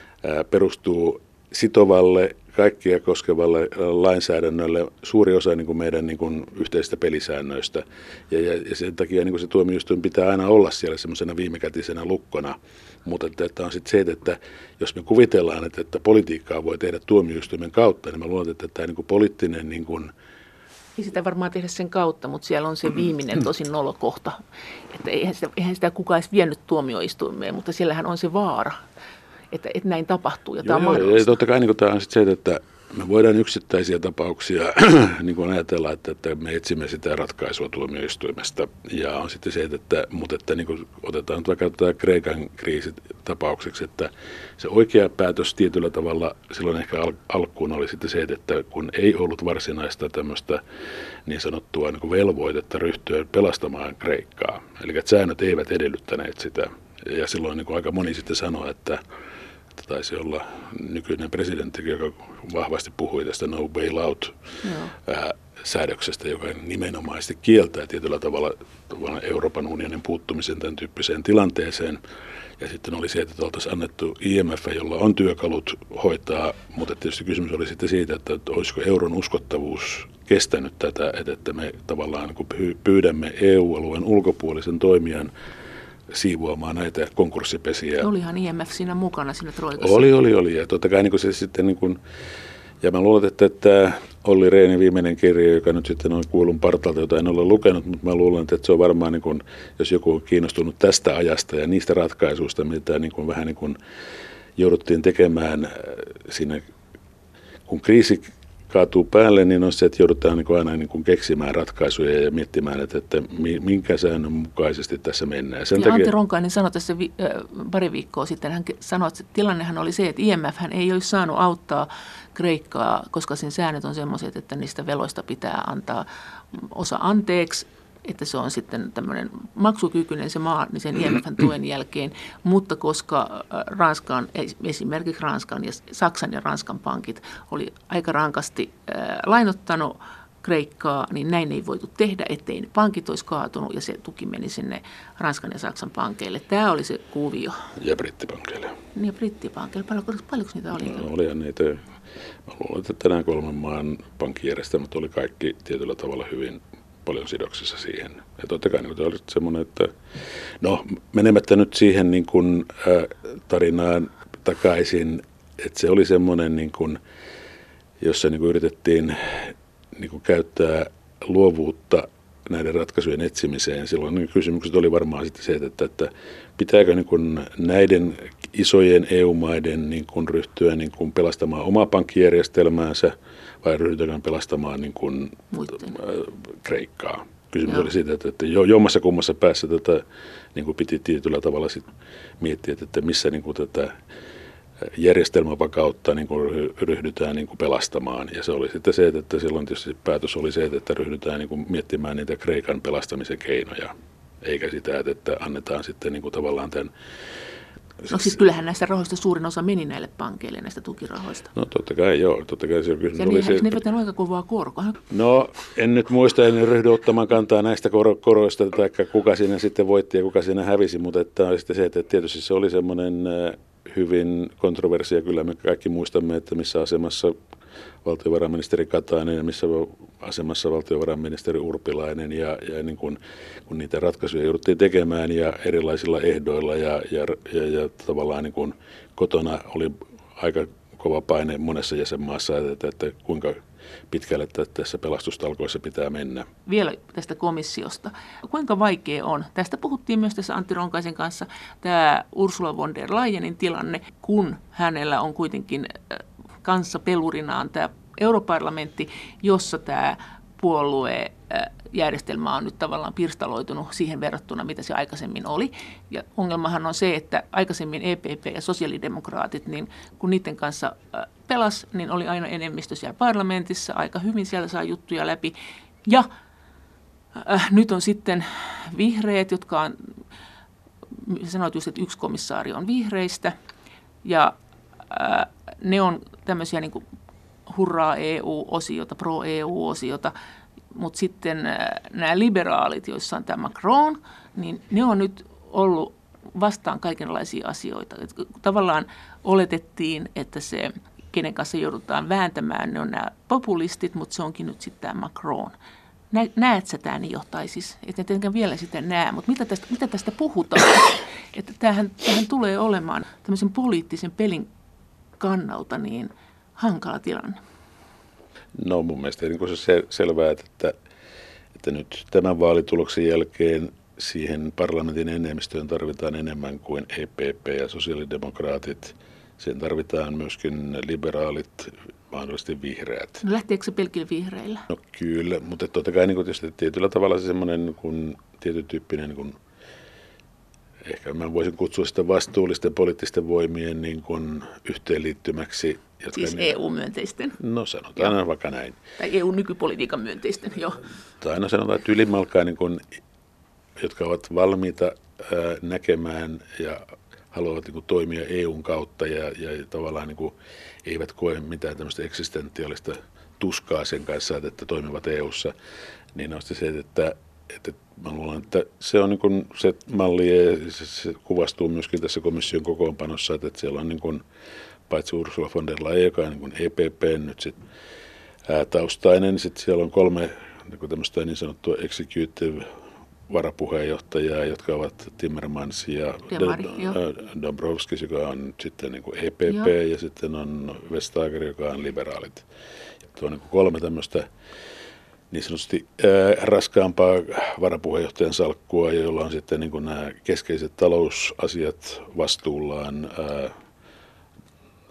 perustuu sitovalle, kaikkia koskevalle lainsäädännölle suuri osa niin kuin meidän niin kuin yhteisistä pelisäännöistä. Ja sen takia niin kuin se tuomioistuin pitää aina olla siellä semmoisena viimekätisenä lukkona. Mutta että on sitten se, että jos me kuvitellaan, että politiikkaa voi tehdä tuomioistuimen kautta, niin mä luulen, että tämä niin kuin poliittinen... Niin kuin ei sitä varmaan tehdä sen kautta, mutta siellä on se viimeinen tosi nolokohta. Että eihän sitä kukaan edes vienyt tuomioistuimeen, mutta siellähän on se vaara, että näin tapahtuu ja tämä on mahdollista. Ja totta kai niin tämä on sitten se, että me voidaan yksittäisiä tapauksia niin kuin ajatella, että me etsimme sitä ratkaisua tuomioistuimesta. Ja on sitten se, mutta niin kuin otetaan vaikka tämä Kreikan kriisitapaukseksi, että se oikea päätös tietyllä tavalla silloin ehkä alkuun oli sitten se, että kun ei ollut varsinaista tämmöistä niin sanottua niin kuin velvoitetta ryhtyä pelastamaan Kreikkaa. Eli että säännöt eivät edellyttäneet sitä. Ja silloin niin kuin aika moni sitten sanoi, että taisi olla nykyinen presidentti, joka vahvasti puhui tästä no bailout säädöksestä, joka nimenomaisesti kieltää tietyllä tavalla Euroopan unionin puuttumisen tämän tyyppiseen tilanteeseen. Ja sitten oli se, että oltaisiin annettu IMF, jolla on työkalut hoitaa, mutta tietysti kysymys oli sitten siitä, että olisiko euron uskottavuus kestänyt tätä, että me tavallaan pyydämme EU-alueen ulkopuolisen toimijan siivoamaan näitä konkurssipesiä. Olihan IMF siinä mukana, siinä troikassa. Oli. Ja totta kai niin se sitten, niin kuin, ja mä luulen, että tämä Olli Rehnin viimeinen kirja, joka nyt sitten on kuulun partalta, jota en ole lukenut, mutta mä luulen, että se on varmaan, niin kuin, jos joku on kiinnostunut tästä ajasta ja niistä ratkaisuista, mitä niin kuin, vähän niin kuin jouduttiin tekemään siinä, kun kriisi kaatuu päälle, niin on se, että joudutaan niin kuin aina niin kuin keksimään ratkaisuja ja miettimään, että minkä säännön mukaisesti tässä mennään. Sen takia Antti Ronkainen sanoi tässä pari viikkoa sitten, hän sanoi, että tilannehan oli se, että IMF hän ei olisi saanut auttaa Kreikkaa, koska sen säännöt on sellaiset, että niistä veloista pitää antaa osa anteeksi, että se on sitten tämmöinen maksukykyinen se maa, niin sen IMF:n tuen jälkeen, mutta koska esimerkiksi Ranskan ja Saksan ja Ranskan pankit oli aika rankasti lainottanut Kreikkaa, niin näin ei voitu tehdä, ettei ne pankit olisi kaatunut ja se tuki meni sinne Ranskan ja Saksan pankeille. Tämä oli se kuvio. Ja brittipankeille. Niin ja brittipankeille. Paljonko niitä oli? No, olihan niitä. Mä luulen, että tänään 3 maan pankkijärjestelmät oli kaikki tietyllä tavalla hyvin paljon sidoksissa siihen. Ja totta kai niin oli semmoinen, että no menemättä nyt siihen niin kuin, tarinaan takaisin, että se oli semmoinen, niin kuin, jossa niin kuin yritettiin niin kuin käyttää luovuutta näiden ratkaisujen etsimiseen. Silloin niin kysymykset oli varmaan sitten se, että pitääkö niin kuin näiden isojen EU-maiden niin kuin ryhtyä niin kuin pelastamaan omaa pankkijärjestelmäänsä vai ryhdytäänkö pelastamaan niin kuin Kreikkaa. Kysymys oli siitä, että jommassa kummassa päässä tätä niin kuin piti tietyllä tavalla sit miettiä, että missä niin kuin tätä järjestelmävakautta niin kuin ryhdytään niin kuin pelastamaan. Ja se oli sitten se, että silloin tietysti päätös oli se, että ryhdytään niin kuin miettimään niitä Kreikan pelastamisen keinoja, eikä sitä, että annetaan sitten niin kuin tavallaan tämän. No siis kyllähän näistä rahoista suurin osa meni näille pankeille, näistä tukirahoista. No totta kai joo, totta kai se kysymys oli se. Ja ne vetänyt aika kovaa korkoa. No en nyt muista, en ryhdy ottamaan kantaa näistä koroista, tai kuka siinä sitten voitti ja kuka siinä hävisi, mutta että on sitten se, että tietysti se oli semmoinen hyvin kontroversia. Kyllä me kaikki muistamme, että missä asemassa valtiovarainministeri Katainen ja missä asemassa valtiovarainministeri Urpilainen ja niin kun niitä ratkaisuja jouduttiin tekemään ja erilaisilla ehdoilla ja tavallaan niin kun kotona oli aika kova paine monessa jäsenmaassa, että kuinka pitkälle tässä pelastustalkoissa pitää mennä. Vielä tästä komissiosta. Kuinka vaikea on? Tästä puhuttiin myös tässä Antti Ronkaisen kanssa, tämä Ursula von der Leyenin tilanne, kun hänellä on kuitenkin kanssa pelurinaan tämä europarlamentti, jossa tämä puoluejärjestelmä on nyt tavallaan pirstaloitunut siihen verrattuna, mitä se aikaisemmin oli. Ja ongelmahan on se, että aikaisemmin EPP ja sosiaalidemokraatit, niin kun niiden kanssa pelas, niin oli aina enemmistö siellä parlamentissa, aika hyvin siellä saa juttuja läpi. Ja nyt on sitten vihreät, jotka on, sanoit just, että yksi komissaari on vihreistä, ja ne on tämmöisiä niin kuin hurraa EU-osiota, pro-EU-osiota, mutta sitten nämä liberaalit, joissa on tämä Macron, niin ne on nyt ollut vastaan kaikenlaisia asioita. Et tavallaan oletettiin, että se, kenen kanssa joudutaan vääntämään, ne on nämä populistit, mutta se onkin nyt sitten tämä Macron. Näet sä tämän jo, tai siis, et tietenkään vielä sitä näe, mutta mitä tästä puhutaan? Että tämähän tulee olemaan tämmöisen poliittisen pelin kannalta niin hankala tilanne. No mun mielestä niin se selvää, että nyt tämän vaalituloksen jälkeen siihen parlamentin enemmistöön tarvitaan enemmän kuin EPP ja sosiaalidemokraatit. Sen tarvitaan myöskin liberaalit, mahdollisesti vihreät. No lähteekö se pelkillä vihreillä? No kyllä, mutta totta kai niin tietysti tietyllä tavalla se semmoinen niin tietyn tyyppinen, niin ehkä mä voisin kutsua sitä vastuullisten poliittisten voimien niin kuin yhteenliittymäksi. Siis EU-myönteisten? No sanotaan aina vaikka näin. Tai EU-nykypolitiikan myönteisten, joo. Tai aina sanotaan, että ylimalkaan, niin kuin, jotka ovat valmiita näkemään ja haluavat niin kuin toimia EUn kautta ja tavallaan niin kuin, eivät koe mitään tämmöistä eksistentiaalista tuskaa sen kanssa, että toimivat EUssa, niin on se, että mä luulen, että se on niin kuin se malli ja se kuvastuu myöskin tässä komission kokoonpanossa, että siellä on niin kuin, paitsi Ursula von der Leyen, joka on niin kuin EPP nyt sit, taustainen, niin sitten siellä on 3 niin tämmöistä niin sanottua executive varapuheenjohtajaa, jotka ovat Timmermans ja Dombrovskis, joka on sitten niin kuin EPP, ja sitten on Vestager, joka on liberaalit. Tuo on niin kuin 3 tämmöistä niin sanotusti raskaampaa varapuheenjohtajan salkkua, jolla on sitten niin kuin nämä keskeiset talousasiat vastuullaan.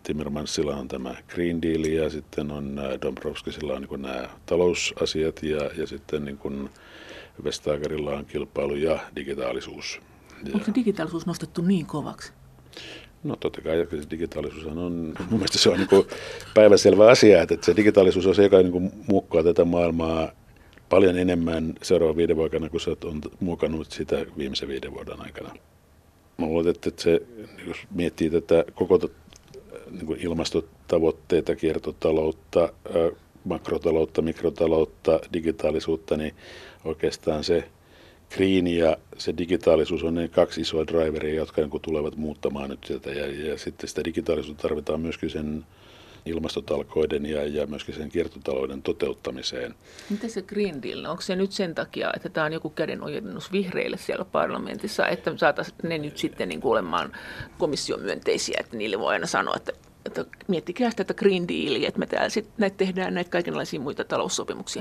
Timmermansilla on tämä Green Deal ja sitten on Dombrovskisilla on niin kuin nämä talousasiat ja sitten niin kuin Vestagerilla on kilpailu ja digitaalisuus. Onko se digitaalisuus nostettu niin kovaksi? No totta kai, ja se digitaalisuus on, mun mielestä se on niin kuin päivänselvä asia, että se digitaalisuus on se, joka niin kuin muokkaa tätä maailmaa paljon enemmän seuraavan 5 vuoden aikana, kun se on muokannut sitä viimeisen 5 vuoden aikana. Mä luulen, että se, jos miettii tätä koko niin kuin ilmastotavoitteita, kiertotaloutta, makrotaloutta, mikrotaloutta, digitaalisuutta, niin oikeastaan se green ja se digitaalisuus on ne 2 isoa driveria, jotka niin kuin tulevat muuttamaan nyt sieltä. Ja sitten sitä digitaalisuutta tarvitaan myöskin sen ilmastotalkoiden ja myöskin sen kiertotalouden toteuttamiseen. Miten se Green Deal, onko se nyt sen takia, että tämä on joku kädenojennus vihreille siellä parlamentissa, että saataisiin ne nyt sitten niin kuin olemaan komission myönteisiä, että niille voi aina sanoa, että miettikää sitä että Green Dealia, että me täällä sitten näitä tehdään näitä kaikenlaisia muita taloussopimuksia.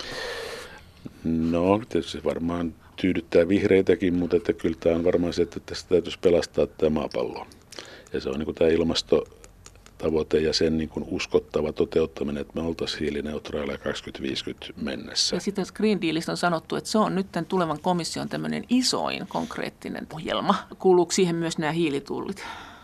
No, tietysti varmaan tyydyttää vihreitäkin, mutta että kyllä tämä on varmaan se, että tästä täytyisi pelastaa tämä maapallo. Ja se on niin kuin tämä ilmastotavoite ja sen niin kuin uskottava toteuttaminen, että me oltaisiin hiilineutraaleja 2050 mennessä. Ja sitten Green Dealista on sanottu, että se on nyt tämän tulevan komission tämmöinen isoin konkreettinen ohjelma. Kuuluuko siihen myös nämä hiilitullit?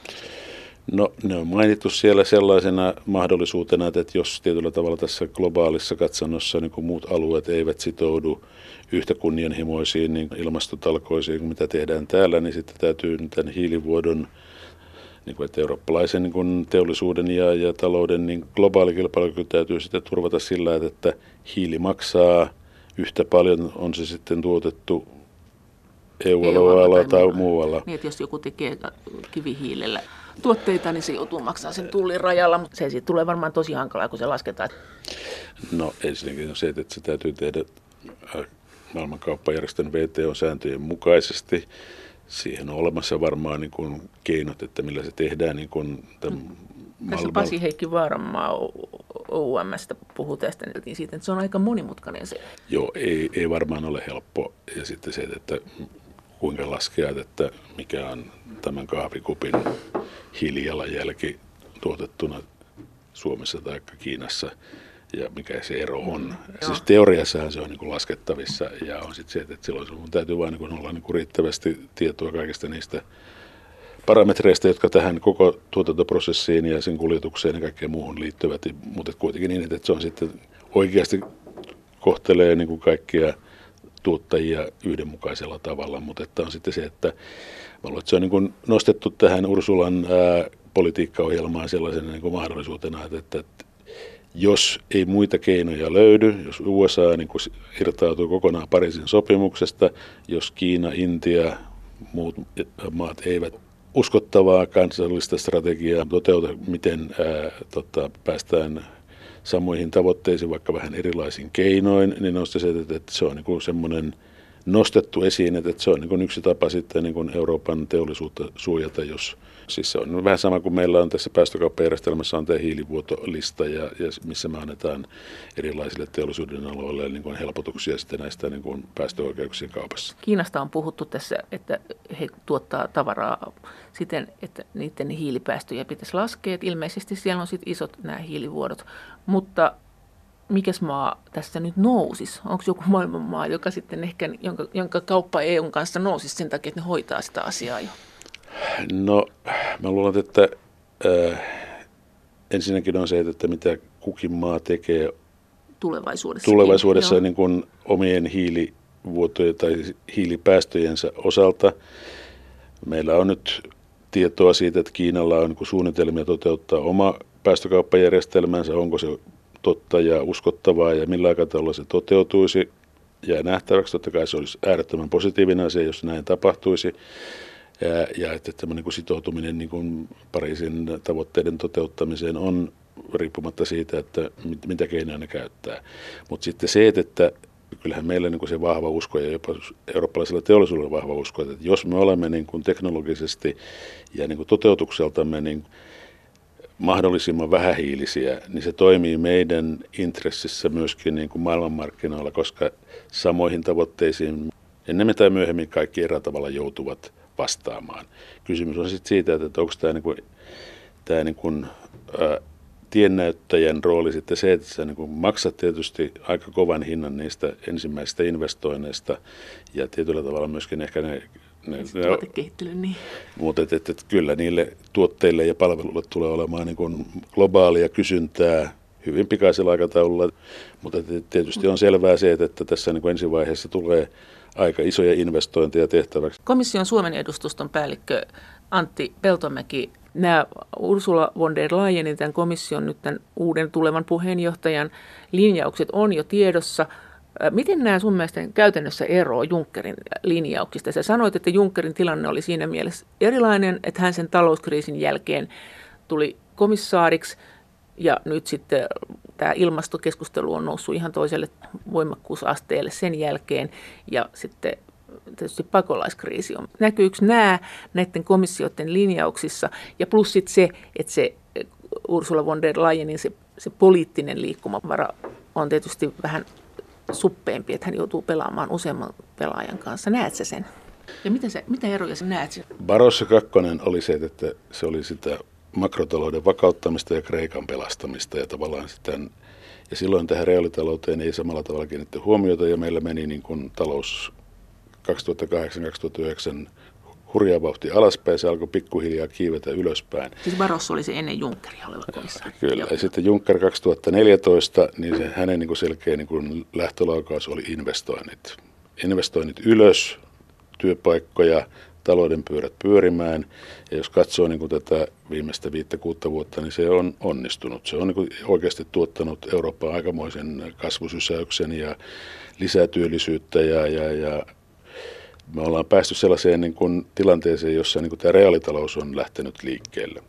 No ne on mainittu siellä sellaisena mahdollisuutena, että jos tietyllä tavalla tässä globaalissa katsannossa niin kuin muut alueet eivät sitoudu yhtä kunnianhimoisiin niin ilmastotalkoisiin kuin mitä tehdään täällä, niin sitten täytyy tämän hiilivuodon, niin kuin, että eurooppalaisen niin kuin teollisuuden ja talouden niin globaali kilpailukyky täytyy sitten turvata sillä, että hiili maksaa yhtä paljon, on se sitten tuotettu EU-alueella tai muualla. Niin, että jos joku tekee kivihiilellä tuotteita, niin se joutuu maksamaan sen tullin rajalla, mutta se siitä tulee varmaan tosi hankalaa, kun se lasketaan. No ensinnäkin on se, että se täytyy tehdä maailmankauppajärjestön VTO-sääntöjen mukaisesti. Siihen on olemassa varmaan niin kuin keinot, että millä se tehdään. Niin kuin tässä Pasi Heikki Vaaranmaa OUM:stä puhuu tästä, niin siitä, että se on aika monimutkainen se. Joo, ei varmaan ole helppo. Ja sitten se, että kuinka laskea, että mikä on tämän kahvikupin hiilijalanjälki tuotettuna Suomessa tai Kiinassa ja mikä se ero on. Siis teoriassahan se on niin kuin laskettavissa ja on sitten se, että silloin sun täytyy vain niin olla niin kuin riittävästi tietoa kaikista niistä parametreista, jotka tähän koko tuotantoprosessiin ja sen kuljetukseen ja kaikkeen muuhun liittyvät, mutta kuitenkin niin, että se on sitten oikeasti kohtelee niin kuin kaikkia tuottajia yhdenmukaisella tavalla, mutta että on sitten se, että mä luulen, että se on niin kuin nostettu tähän Ursulan politiikkaohjelmaan sellaisena niin kuin mahdollisuutena, että jos ei muita keinoja löydy, jos USA niin kuin irtautuu kokonaan Pariisin sopimuksesta, jos Kiina, Intia, muut maat eivät uskottavaa kansallista strategiaa toteuta, miten päästään samoihin tavoitteisiin, vaikka vähän erilaisin keinoin, niin on se, että se on niin kuin semmoinen nostettu esiin, että se on niin kuin yksi tapa sitten niin kuin Euroopan teollisuutta suojata, jos siis se on vähän sama kuin meillä on tässä päästökauppajärjestelmässä on tämä hiilivuotolista ja missä me annetaan erilaisille teollisuuden aloille niin kuin helpotuksia sitten näistä niin kuin päästöoikeuksien kaupassa. Kiinasta on puhuttu tässä, että he tuottaa tavaraa siten, että niiden hiilipäästöjä pitäisi laskea. Että ilmeisesti siellä on sitten isot nämä hiilivuodot, mutta mikäs maa tässä nyt nousisi? Onko joku maailman maa, joka sitten ehkä, jonka kauppa EUn kanssa nousisi sen takia, että ne hoitaa sitä asiaa jo? No, mä luulen, että ensinnäkin on se, että mitä kukin maa tekee tulevaisuudessa niin kuin omien hiilivuotojen tai hiilipäästöjensä osalta. Meillä on nyt tietoa siitä, että Kiinalla on niin kuin suunnitelmia toteuttaa oma päästökauppajärjestelmänsä, onko se totta ja uskottavaa ja millä aikataululla se toteutuisi. Ja nähtäväksi totta kai se olisi äärettömän positiivinen asia, jos näin tapahtuisi. Ja että tämmöinen niin kuin sitoutuminen niin kuin Pariisin tavoitteiden toteuttamiseen on riippumatta siitä, että mitä keinoja ne käyttää. Mutta sitten se, että kyllähän meillä niin kuin se vahva usko ja jopa eurooppalaisella teollisuudella vahva usko, että jos me olemme niin kuin teknologisesti ja niin kuin toteutukseltamme niin mahdollisimman vähähiilisiä, niin se toimii meidän intressissä myöskin niin kuin maailmanmarkkinoilla, koska samoihin tavoitteisiin ennemmin tai myöhemmin kaikki eri tavalla joutuvat vastaamaan. Kysymys on sitten siitä, että onko tämä niin kuin tiennäyttäjän rooli sitten se, että sä niin kuin maksat tietysti aika kovan hinnan niistä ensimmäisistä investoinneista ja tietyllä tavalla myöskin ehkä tuotekehittely, niin. Mutta että kyllä niille tuotteille ja palveluille tulee olemaan niin kuin globaalia kysyntää hyvin pikaisella aikataululla, mutta tietysti on selvää se, että tässä niin kuin ensivaiheessa tulee aika isoja investointeja tehtäväksi. Komission Suomen edustuston päällikkö Antti Peltomäki, nämä Ursula von der Leyenin, tämän komission nyt tämän uuden tulevan puheenjohtajan linjaukset on jo tiedossa. Miten nämä sun mielestä käytännössä eroavat Junckerin linjauksista? Sä sanoit, että Junckerin tilanne oli siinä mielessä erilainen, että hän sen talouskriisin jälkeen tuli komissaariksi ja nyt sitten tämä ilmastokeskustelu on noussut ihan toiselle voimakkuusasteelle sen jälkeen ja sitten tietysti pakolaiskriisi on. Näkyykö nämä näiden komissioiden linjauksissa ja plus sitten se, että se Ursula von der Leyenin se poliittinen liikkumavara on tietysti vähän suppeempi, että hän joutuu pelaamaan useamman pelaajan kanssa. Näet sä sen? Ja mitä eroja sä näet sen? Barroso 2 oli se, että se oli sitä makrotalouden vakauttamista ja Kreikan pelastamista ja tavallaan ja silloin tähän reaalitalouteen ei samalla tavalla kiinnitetty huomiota ja meillä meni niin kuin talous 2008-2009 hurjaa vauhtia alaspäin, se alkoi pikkuhiljaa kiivetä ylöspäin. Siis Barroso oli se ennen Junckeria oleva komissaari. Kyllä, ja sitten Juncker 2014, niin se hänen niin kuin selkeä niin kuin lähtölaukaus oli investoinnit. Investoinnit ylös, työpaikkoja, talouden pyörät pyörimään. Ja jos katsoo niin kuin tätä viimeistä 5-6 vuotta, niin se on onnistunut. Se on niin kuin oikeasti tuottanut Eurooppaan aikamoisen kasvusysäyksen ja lisää työllisyyttä ja me ollaan päästy sellaiseen niin kuin tilanteeseen, jossa niin kuin tämä reaalitalous on lähtenyt liikkeelle.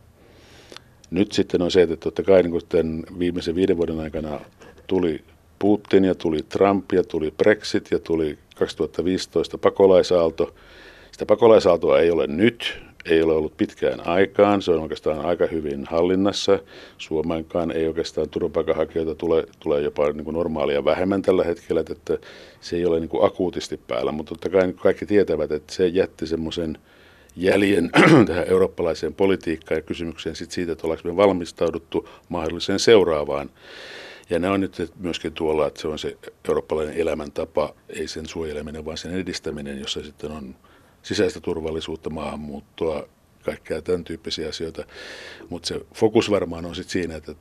Nyt sitten on se, että totta kai niin kuin tämän viimeisen 5 vuoden aikana tuli Putin ja tuli Trump ja tuli Brexit ja tuli 2015 pakolaisaalto. Sitä pakolaisaaltoa ei ole nyt, ei ole ollut pitkään aikaan. Se on oikeastaan aika hyvin hallinnassa. Suomeenkaan ei oikeastaan turvapaikanhakijoita tulee jopa niin kuin normaalia vähemmän tällä hetkellä, että se ei ole niin kuin akuutisti päällä. Mutta totta kai kaikki tietävät, että se jätti semmoisen jäljen tähän eurooppalaiseen politiikkaan ja kysymykseen siitä, että ollaanko me valmistauduttu mahdolliseen seuraavaan. Ja ne on nyt myöskin tuolla, että se on se eurooppalainen elämäntapa, ei sen suojeleminen, vaan sen edistäminen, jossa sitten on sisäistä turvallisuutta, maahanmuuttoa, kaikkea tämän tyyppisiä asioita. Mutta se fokus varmaan on sitten siinä, että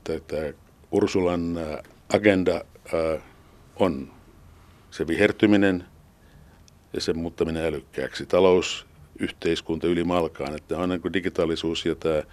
Ursulan agenda on se vihertyminen ja sen muuttaminen älykkääksi. Talous, yhteiskunta ylimalkaan, että on niin kuin digitaalisuus ja tämä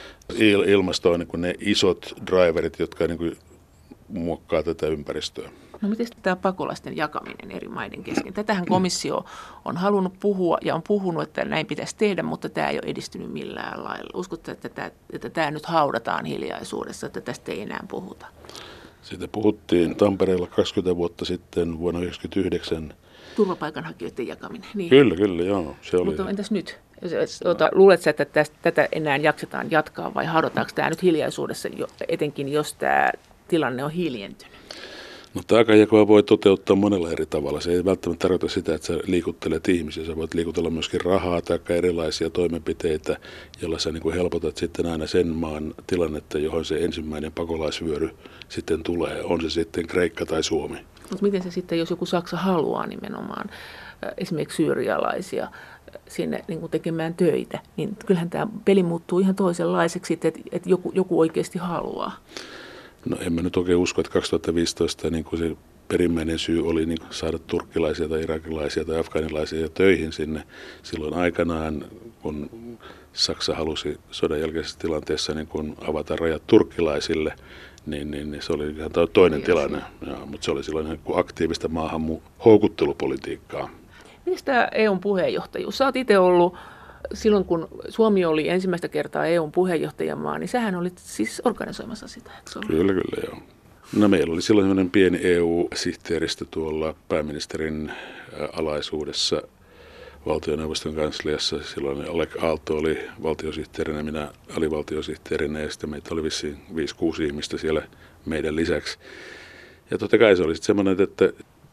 ilmasto on niin kuin ne isot driverit, jotka niin kuin muokkaa tätä ympäristöä. No miten tämä pakolaisten jakaminen eri maiden kesken? Tätähän komissio on halunnut puhua ja on puhunut, että näin pitäisi tehdä, mutta tämä ei ole edistynyt millään lailla. Uskotko, että tämä nyt haudataan hiljaisuudessa, että tästä ei enää puhuta? Siitä puhuttiin Tampereella 20 vuotta sitten vuonna 1999. Turvapaikanhakijoiden jakaminen. Niin. Kyllä, joo. Se oli. Mutta entäs nyt? Luuletko, että tätä enää jaksetaan jatkaa vai haudataanko tämä nyt hiljaisuudessa, etenkin jos tämä tilanne on hiljentynyt? No taakanjakoa voi toteuttaa monella eri tavalla. Se ei välttämättä tarkoita sitä, että sä liikuttelet ihmisiä. Sä voit liikutella myöskin rahaa tai erilaisia toimenpiteitä, joilla sä niin kuin helpotat sitten aina sen maan tilannetta, johon se ensimmäinen pakolaisvyöry sitten tulee. On se sitten Kreikka tai Suomi. Mutta miten se sitten, jos joku Saksa haluaa nimenomaan esimerkiksi syyrialaisia sinne niin kuin tekemään töitä, niin kyllähän tämä peli muuttuu ihan toisenlaiseksi, että joku oikeasti haluaa. No en mä nyt oikein usko, että 2015 niin kuin se perimmäinen syy oli niin saada turkkilaisia tai irakilaisia tai afganilaisia töihin sinne. Silloin aikanaan, kun Saksa halusi sodan jälkeisessä tilanteessa niin kun avata rajat turkkilaisille, niin se oli ihan toinen tilanne. Mutta se oli silloin niin kuin aktiivista maahan houkuttelupolitiikkaa. Miten tämä EUn puheenjohtajuus? Sä oot itse ollut silloin, kun Suomi oli ensimmäistä kertaa EUn puheenjohtajamaa, niin sähän olit siis organisoimassa sitä, eikö se ollut? Kyllä, joo. No meillä oli silloin sellainen pieni EU-sihteeristö tuolla pääministerin alaisuudessa valtioneuvoston kansliassa. Silloin Oleg Aalto oli valtiosihteerinä, minä alivaltiosihteerinä ja sitten meitä oli vissiin 5-6 ihmistä siellä meidän lisäksi. Ja totta kai se oli sitten semmoinen, että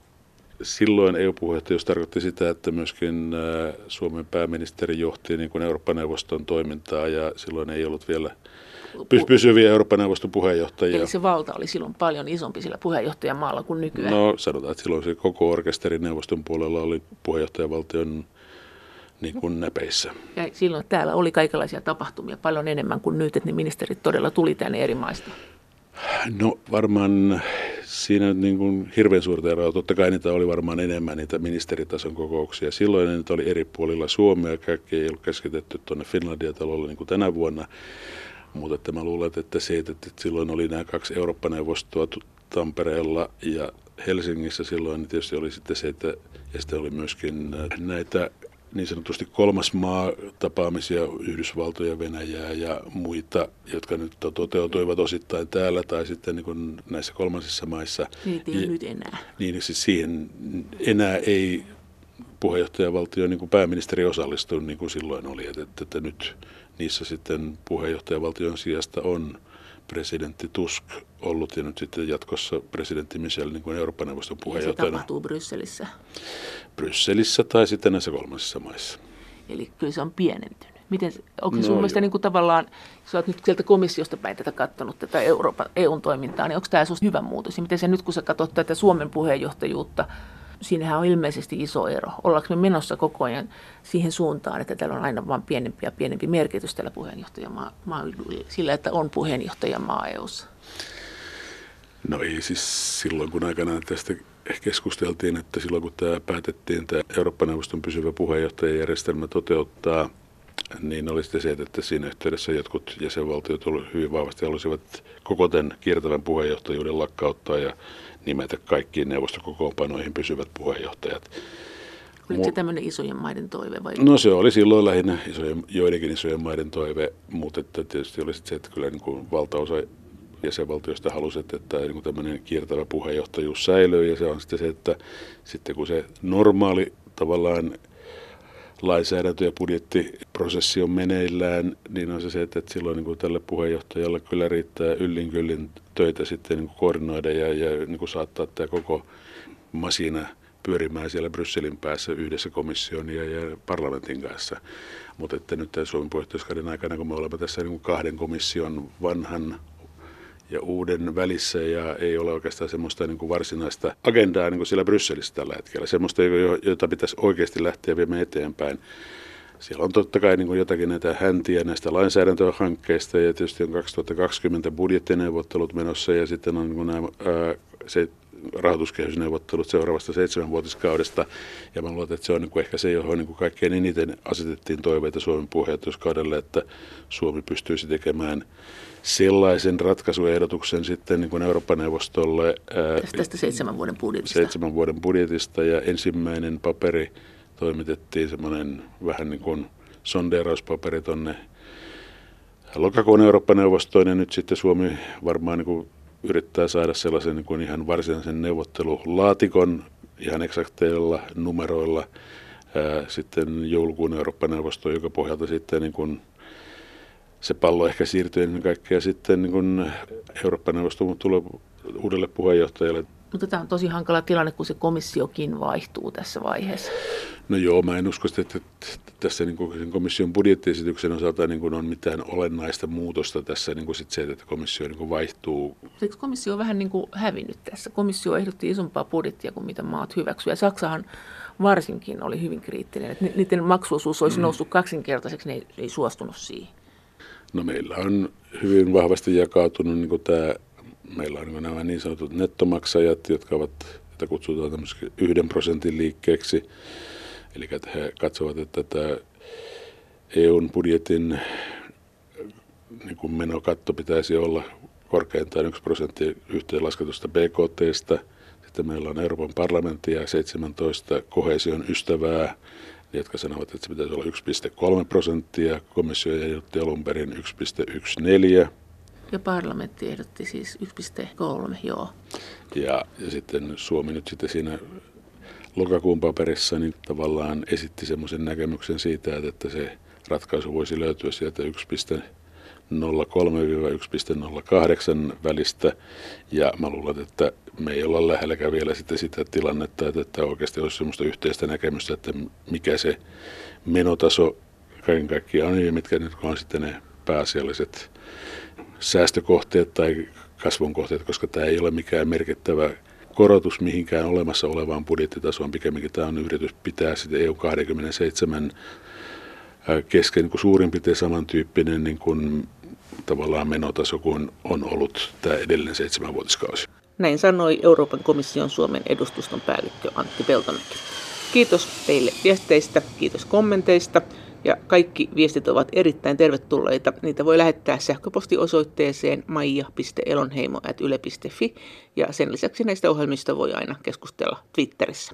silloin EU-puheenjohtajuus tarkoitti sitä, että myöskin Suomen pääministeri johti niin kuin Eurooppa-neuvoston toimintaa ja silloin ei ollut vielä Pysyviä Euroopan neuvoston puheenjohtajia. Eli se valta oli silloin paljon isompi sillä puheenjohtajamaalla kuin nykyään. No sanotaan, että silloin se koko orkesterin neuvoston puolella oli puheenjohtajavaltion niin kuin näpeissä. Ja silloin täällä oli kaikenlaisia tapahtumia paljon enemmän kuin nyt, että ne ministerit todella tuli tänne eri maista. No varmaan siinä niin kuin hirveän suurta eroa. Totta kai niitä oli varmaan enemmän niitä ministeritason kokouksia. Silloin niitä oli eri puolilla Suomea. Kaikki ei ollut keskitetty tuonne Finlandia-talolle niin kuin tänä vuonna. Mutta mä luulen, että se, että silloin oli nämä 2 Eurooppa-neuvostoa Tampereella ja Helsingissä silloin, niin tietysti oli sitten se, että ja sitten oli myöskin näitä niin sanotusti kolmas maa tapaamisia, Yhdysvaltoja, Venäjää ja muita, jotka nyt toteutuivat osittain täällä tai sitten niin kuin näissä kolmansissa maissa. Niitä ei nyt enää. Niin siis siihen enää ei puheenjohtajavaltio niin kuin pääministeri osallistu niin kuin silloin oli, että nyt niissä sitten puheenjohtajavaltion sijasta on presidentti Tusk ollut ja nyt sitten jatkossa presidentti Michel niin kuin Euroopan neuvoston puheenjohtajana. Ja se tapahtuu Brysselissä. Brysselissä tai sitten näissä kolmansissa maissa. Eli kyllä se on pienentynyt. Onko se sun mielestä niin kuin tavallaan, jos olet nyt sieltä komissiosta päin tätä katsonut, tätä EUn toimintaa, niin onko tämä sinusta hyvä muutos? Ja miten se nyt, kun sä katsot tätä Suomen puheenjohtajuutta, siinähän on ilmeisesti iso ero. Ollaanko me menossa koko ajan siihen suuntaan, että täällä on aina vain pienempi ja pienempi merkitys tällä puheenjohtajamaa, sillä, että on puheenjohtajamaa EUssa? No ei siis silloin, kun aikanaan tästä keskusteltiin, että silloin kun tämä päätettiin, tämä Eurooppa-neuvoston pysyvä puheenjohtajajärjestelmä toteuttaa, niin oli sitten se, että siinä yhteydessä jotkut jäsenvaltiot hyvin vahvasti halusivat koko tämän kiertävän puheenjohtajuuden lakkauttaa ja nimetä kaikkiin neuvostokokoonpanoihin pysyvät puheenjohtajat. Oliko se tämmöinen isojen maiden toive vai? No se oli silloin lähinnä joidenkin isojen maiden toive, mutta että tietysti oli se, että kyllä niin kuin valtaosa jäsenvaltioista halusi, että niin kuin tämmöinen kiertävä puheenjohtajuus säilyy ja se on sitten se, että sitten kun se normaali tavallaan lainsäädäntö- ja budjettiprosessi on meneillään, niin on se, että silloin niin kuin tälle puheenjohtajalle kyllä riittää yllin kyllin töitä sitten niin kuin koordinoida ja niin kuin saattaa tämä koko masina pyörimään siellä Brysselin päässä yhdessä komission ja parlamentin kanssa. Mutta että nyt tämän Suomen puheenjohtajuuskauden aikana, kun me olemme tässä niin kuin 2 komission vanhan ja uuden välissä ja ei ole oikeastaan semmoista niin kuin varsinaista agendaa niin kuin siellä Brysselissä tällä hetkellä. Semmoista, jota pitäisi oikeasti lähteä viemään eteenpäin. Siellä on totta kai niin kuin jotakin näitä häntiä näistä lainsäädäntöhankkeista ja tietysti on 2020 budjettineuvottelut menossa ja sitten on niin kuin nämä rahoituskehysneuvottelut seuraavasta 7-vuotiskaudesta. Ja mä luulen, että se on niin kuin ehkä se, johon niin kuin kaikkein eniten asetettiin toiveita Suomen puheenjohtajuuskaudelle, että Suomi pystyisi tekemään sellaisen ratkaisuehdotuksen sitten niin kuin Eurooppa-neuvostolle tästä 7 vuoden budjetista. 7 vuoden budjetista ja ensimmäinen paperi toimitettiin semmoinen vähän niin kuin sondeerauspaperi tuonne lokakuun Eurooppa-neuvostoon ja nyt sitten Suomi varmaan niin kuin yrittää saada sellaisen niin kuin ihan varsinaisen neuvottelulaatikon ihan eksakteilla numeroilla sitten joulukuun Eurooppa-neuvostoon, joka pohjalta sitten niin kuin se pallo ehkä siirtyy ennen kaikkea sitten niin kuin Eurooppa-neuvoston tulee uudelle puheenjohtajalle. Mutta tämä on tosi hankala tilanne, kun se komissiokin vaihtuu tässä vaiheessa. No joo, mä en usko, että tässä niin kuin komission budjettiesityksen osalta niin kuin on mitään olennaista muutosta tässä niin kuin sit se, että komissio niin kuin vaihtuu. Eikö komissio on vähän niin kuin hävinnyt tässä? Komissio ehdotti isompaa budjettia kuin mitä maat hyväksyvät. Ja Saksahan varsinkin oli hyvin kriittinen, että niiden maksuosuus olisi noussut kaksinkertaiseksi, ne ei suostunut siihen. No meillä on hyvin vahvasti jakautunut niin kuin tämä, meillä on niin kuin nämä niin sanotut nettomaksajat, jotka kutsutaan tämmöiseksi 1% liikkeeksi. Eli että he katsovat, että tämä EUn budjetin niin kuin menokatto pitäisi olla korkeintaan 1% yhteenlasketusta BKT:stä. Sitten meillä on Euroopan parlamentti ja 17 koheesion ystävää, jotka sanovat, että se pitäisi olla 1,3%. Komissio ehdotti alun perin 1,14%. Ja parlamentti ehdotti siis 1,3, joo. Ja sitten Suomi nyt sitten siinä lokakuun paperissa niin tavallaan esitti semmoisen näkemyksen siitä, että se ratkaisu voisi löytyä sieltä 1,03-1,08 välistä. Ja mä luulen, että me ei olla lähelläkään vielä sitten sitä tilannetta, että oikeasti olisi semmoista yhteistä näkemystä, että mikä se menotaso kaiken kaikkiaan on ja mitkä nyt on sitten ne pääasialliset säästökohteet tai kasvun kohteet, koska tämä ei ole mikään merkittävä korotus mihinkään olemassa olevaan budjettitasoon. Pikemminkin tämä on yritys pitää sitten EU-27 kesken niin kuin suurin piirtein samantyyppinen niin kuin tavallaan menotaso kuin on ollut tämä edellinen 7-vuotiskausi. Näin sanoi Euroopan komission Suomen edustuston päällikkö Antti Peltomäki. Kiitos teille viesteistä, kiitos kommenteista ja kaikki viestit ovat erittäin tervetulleita. Niitä voi lähettää sähköpostiosoitteeseen maija.elonheimo@yle.fi ja sen lisäksi näistä ohjelmista voi aina keskustella Twitterissä.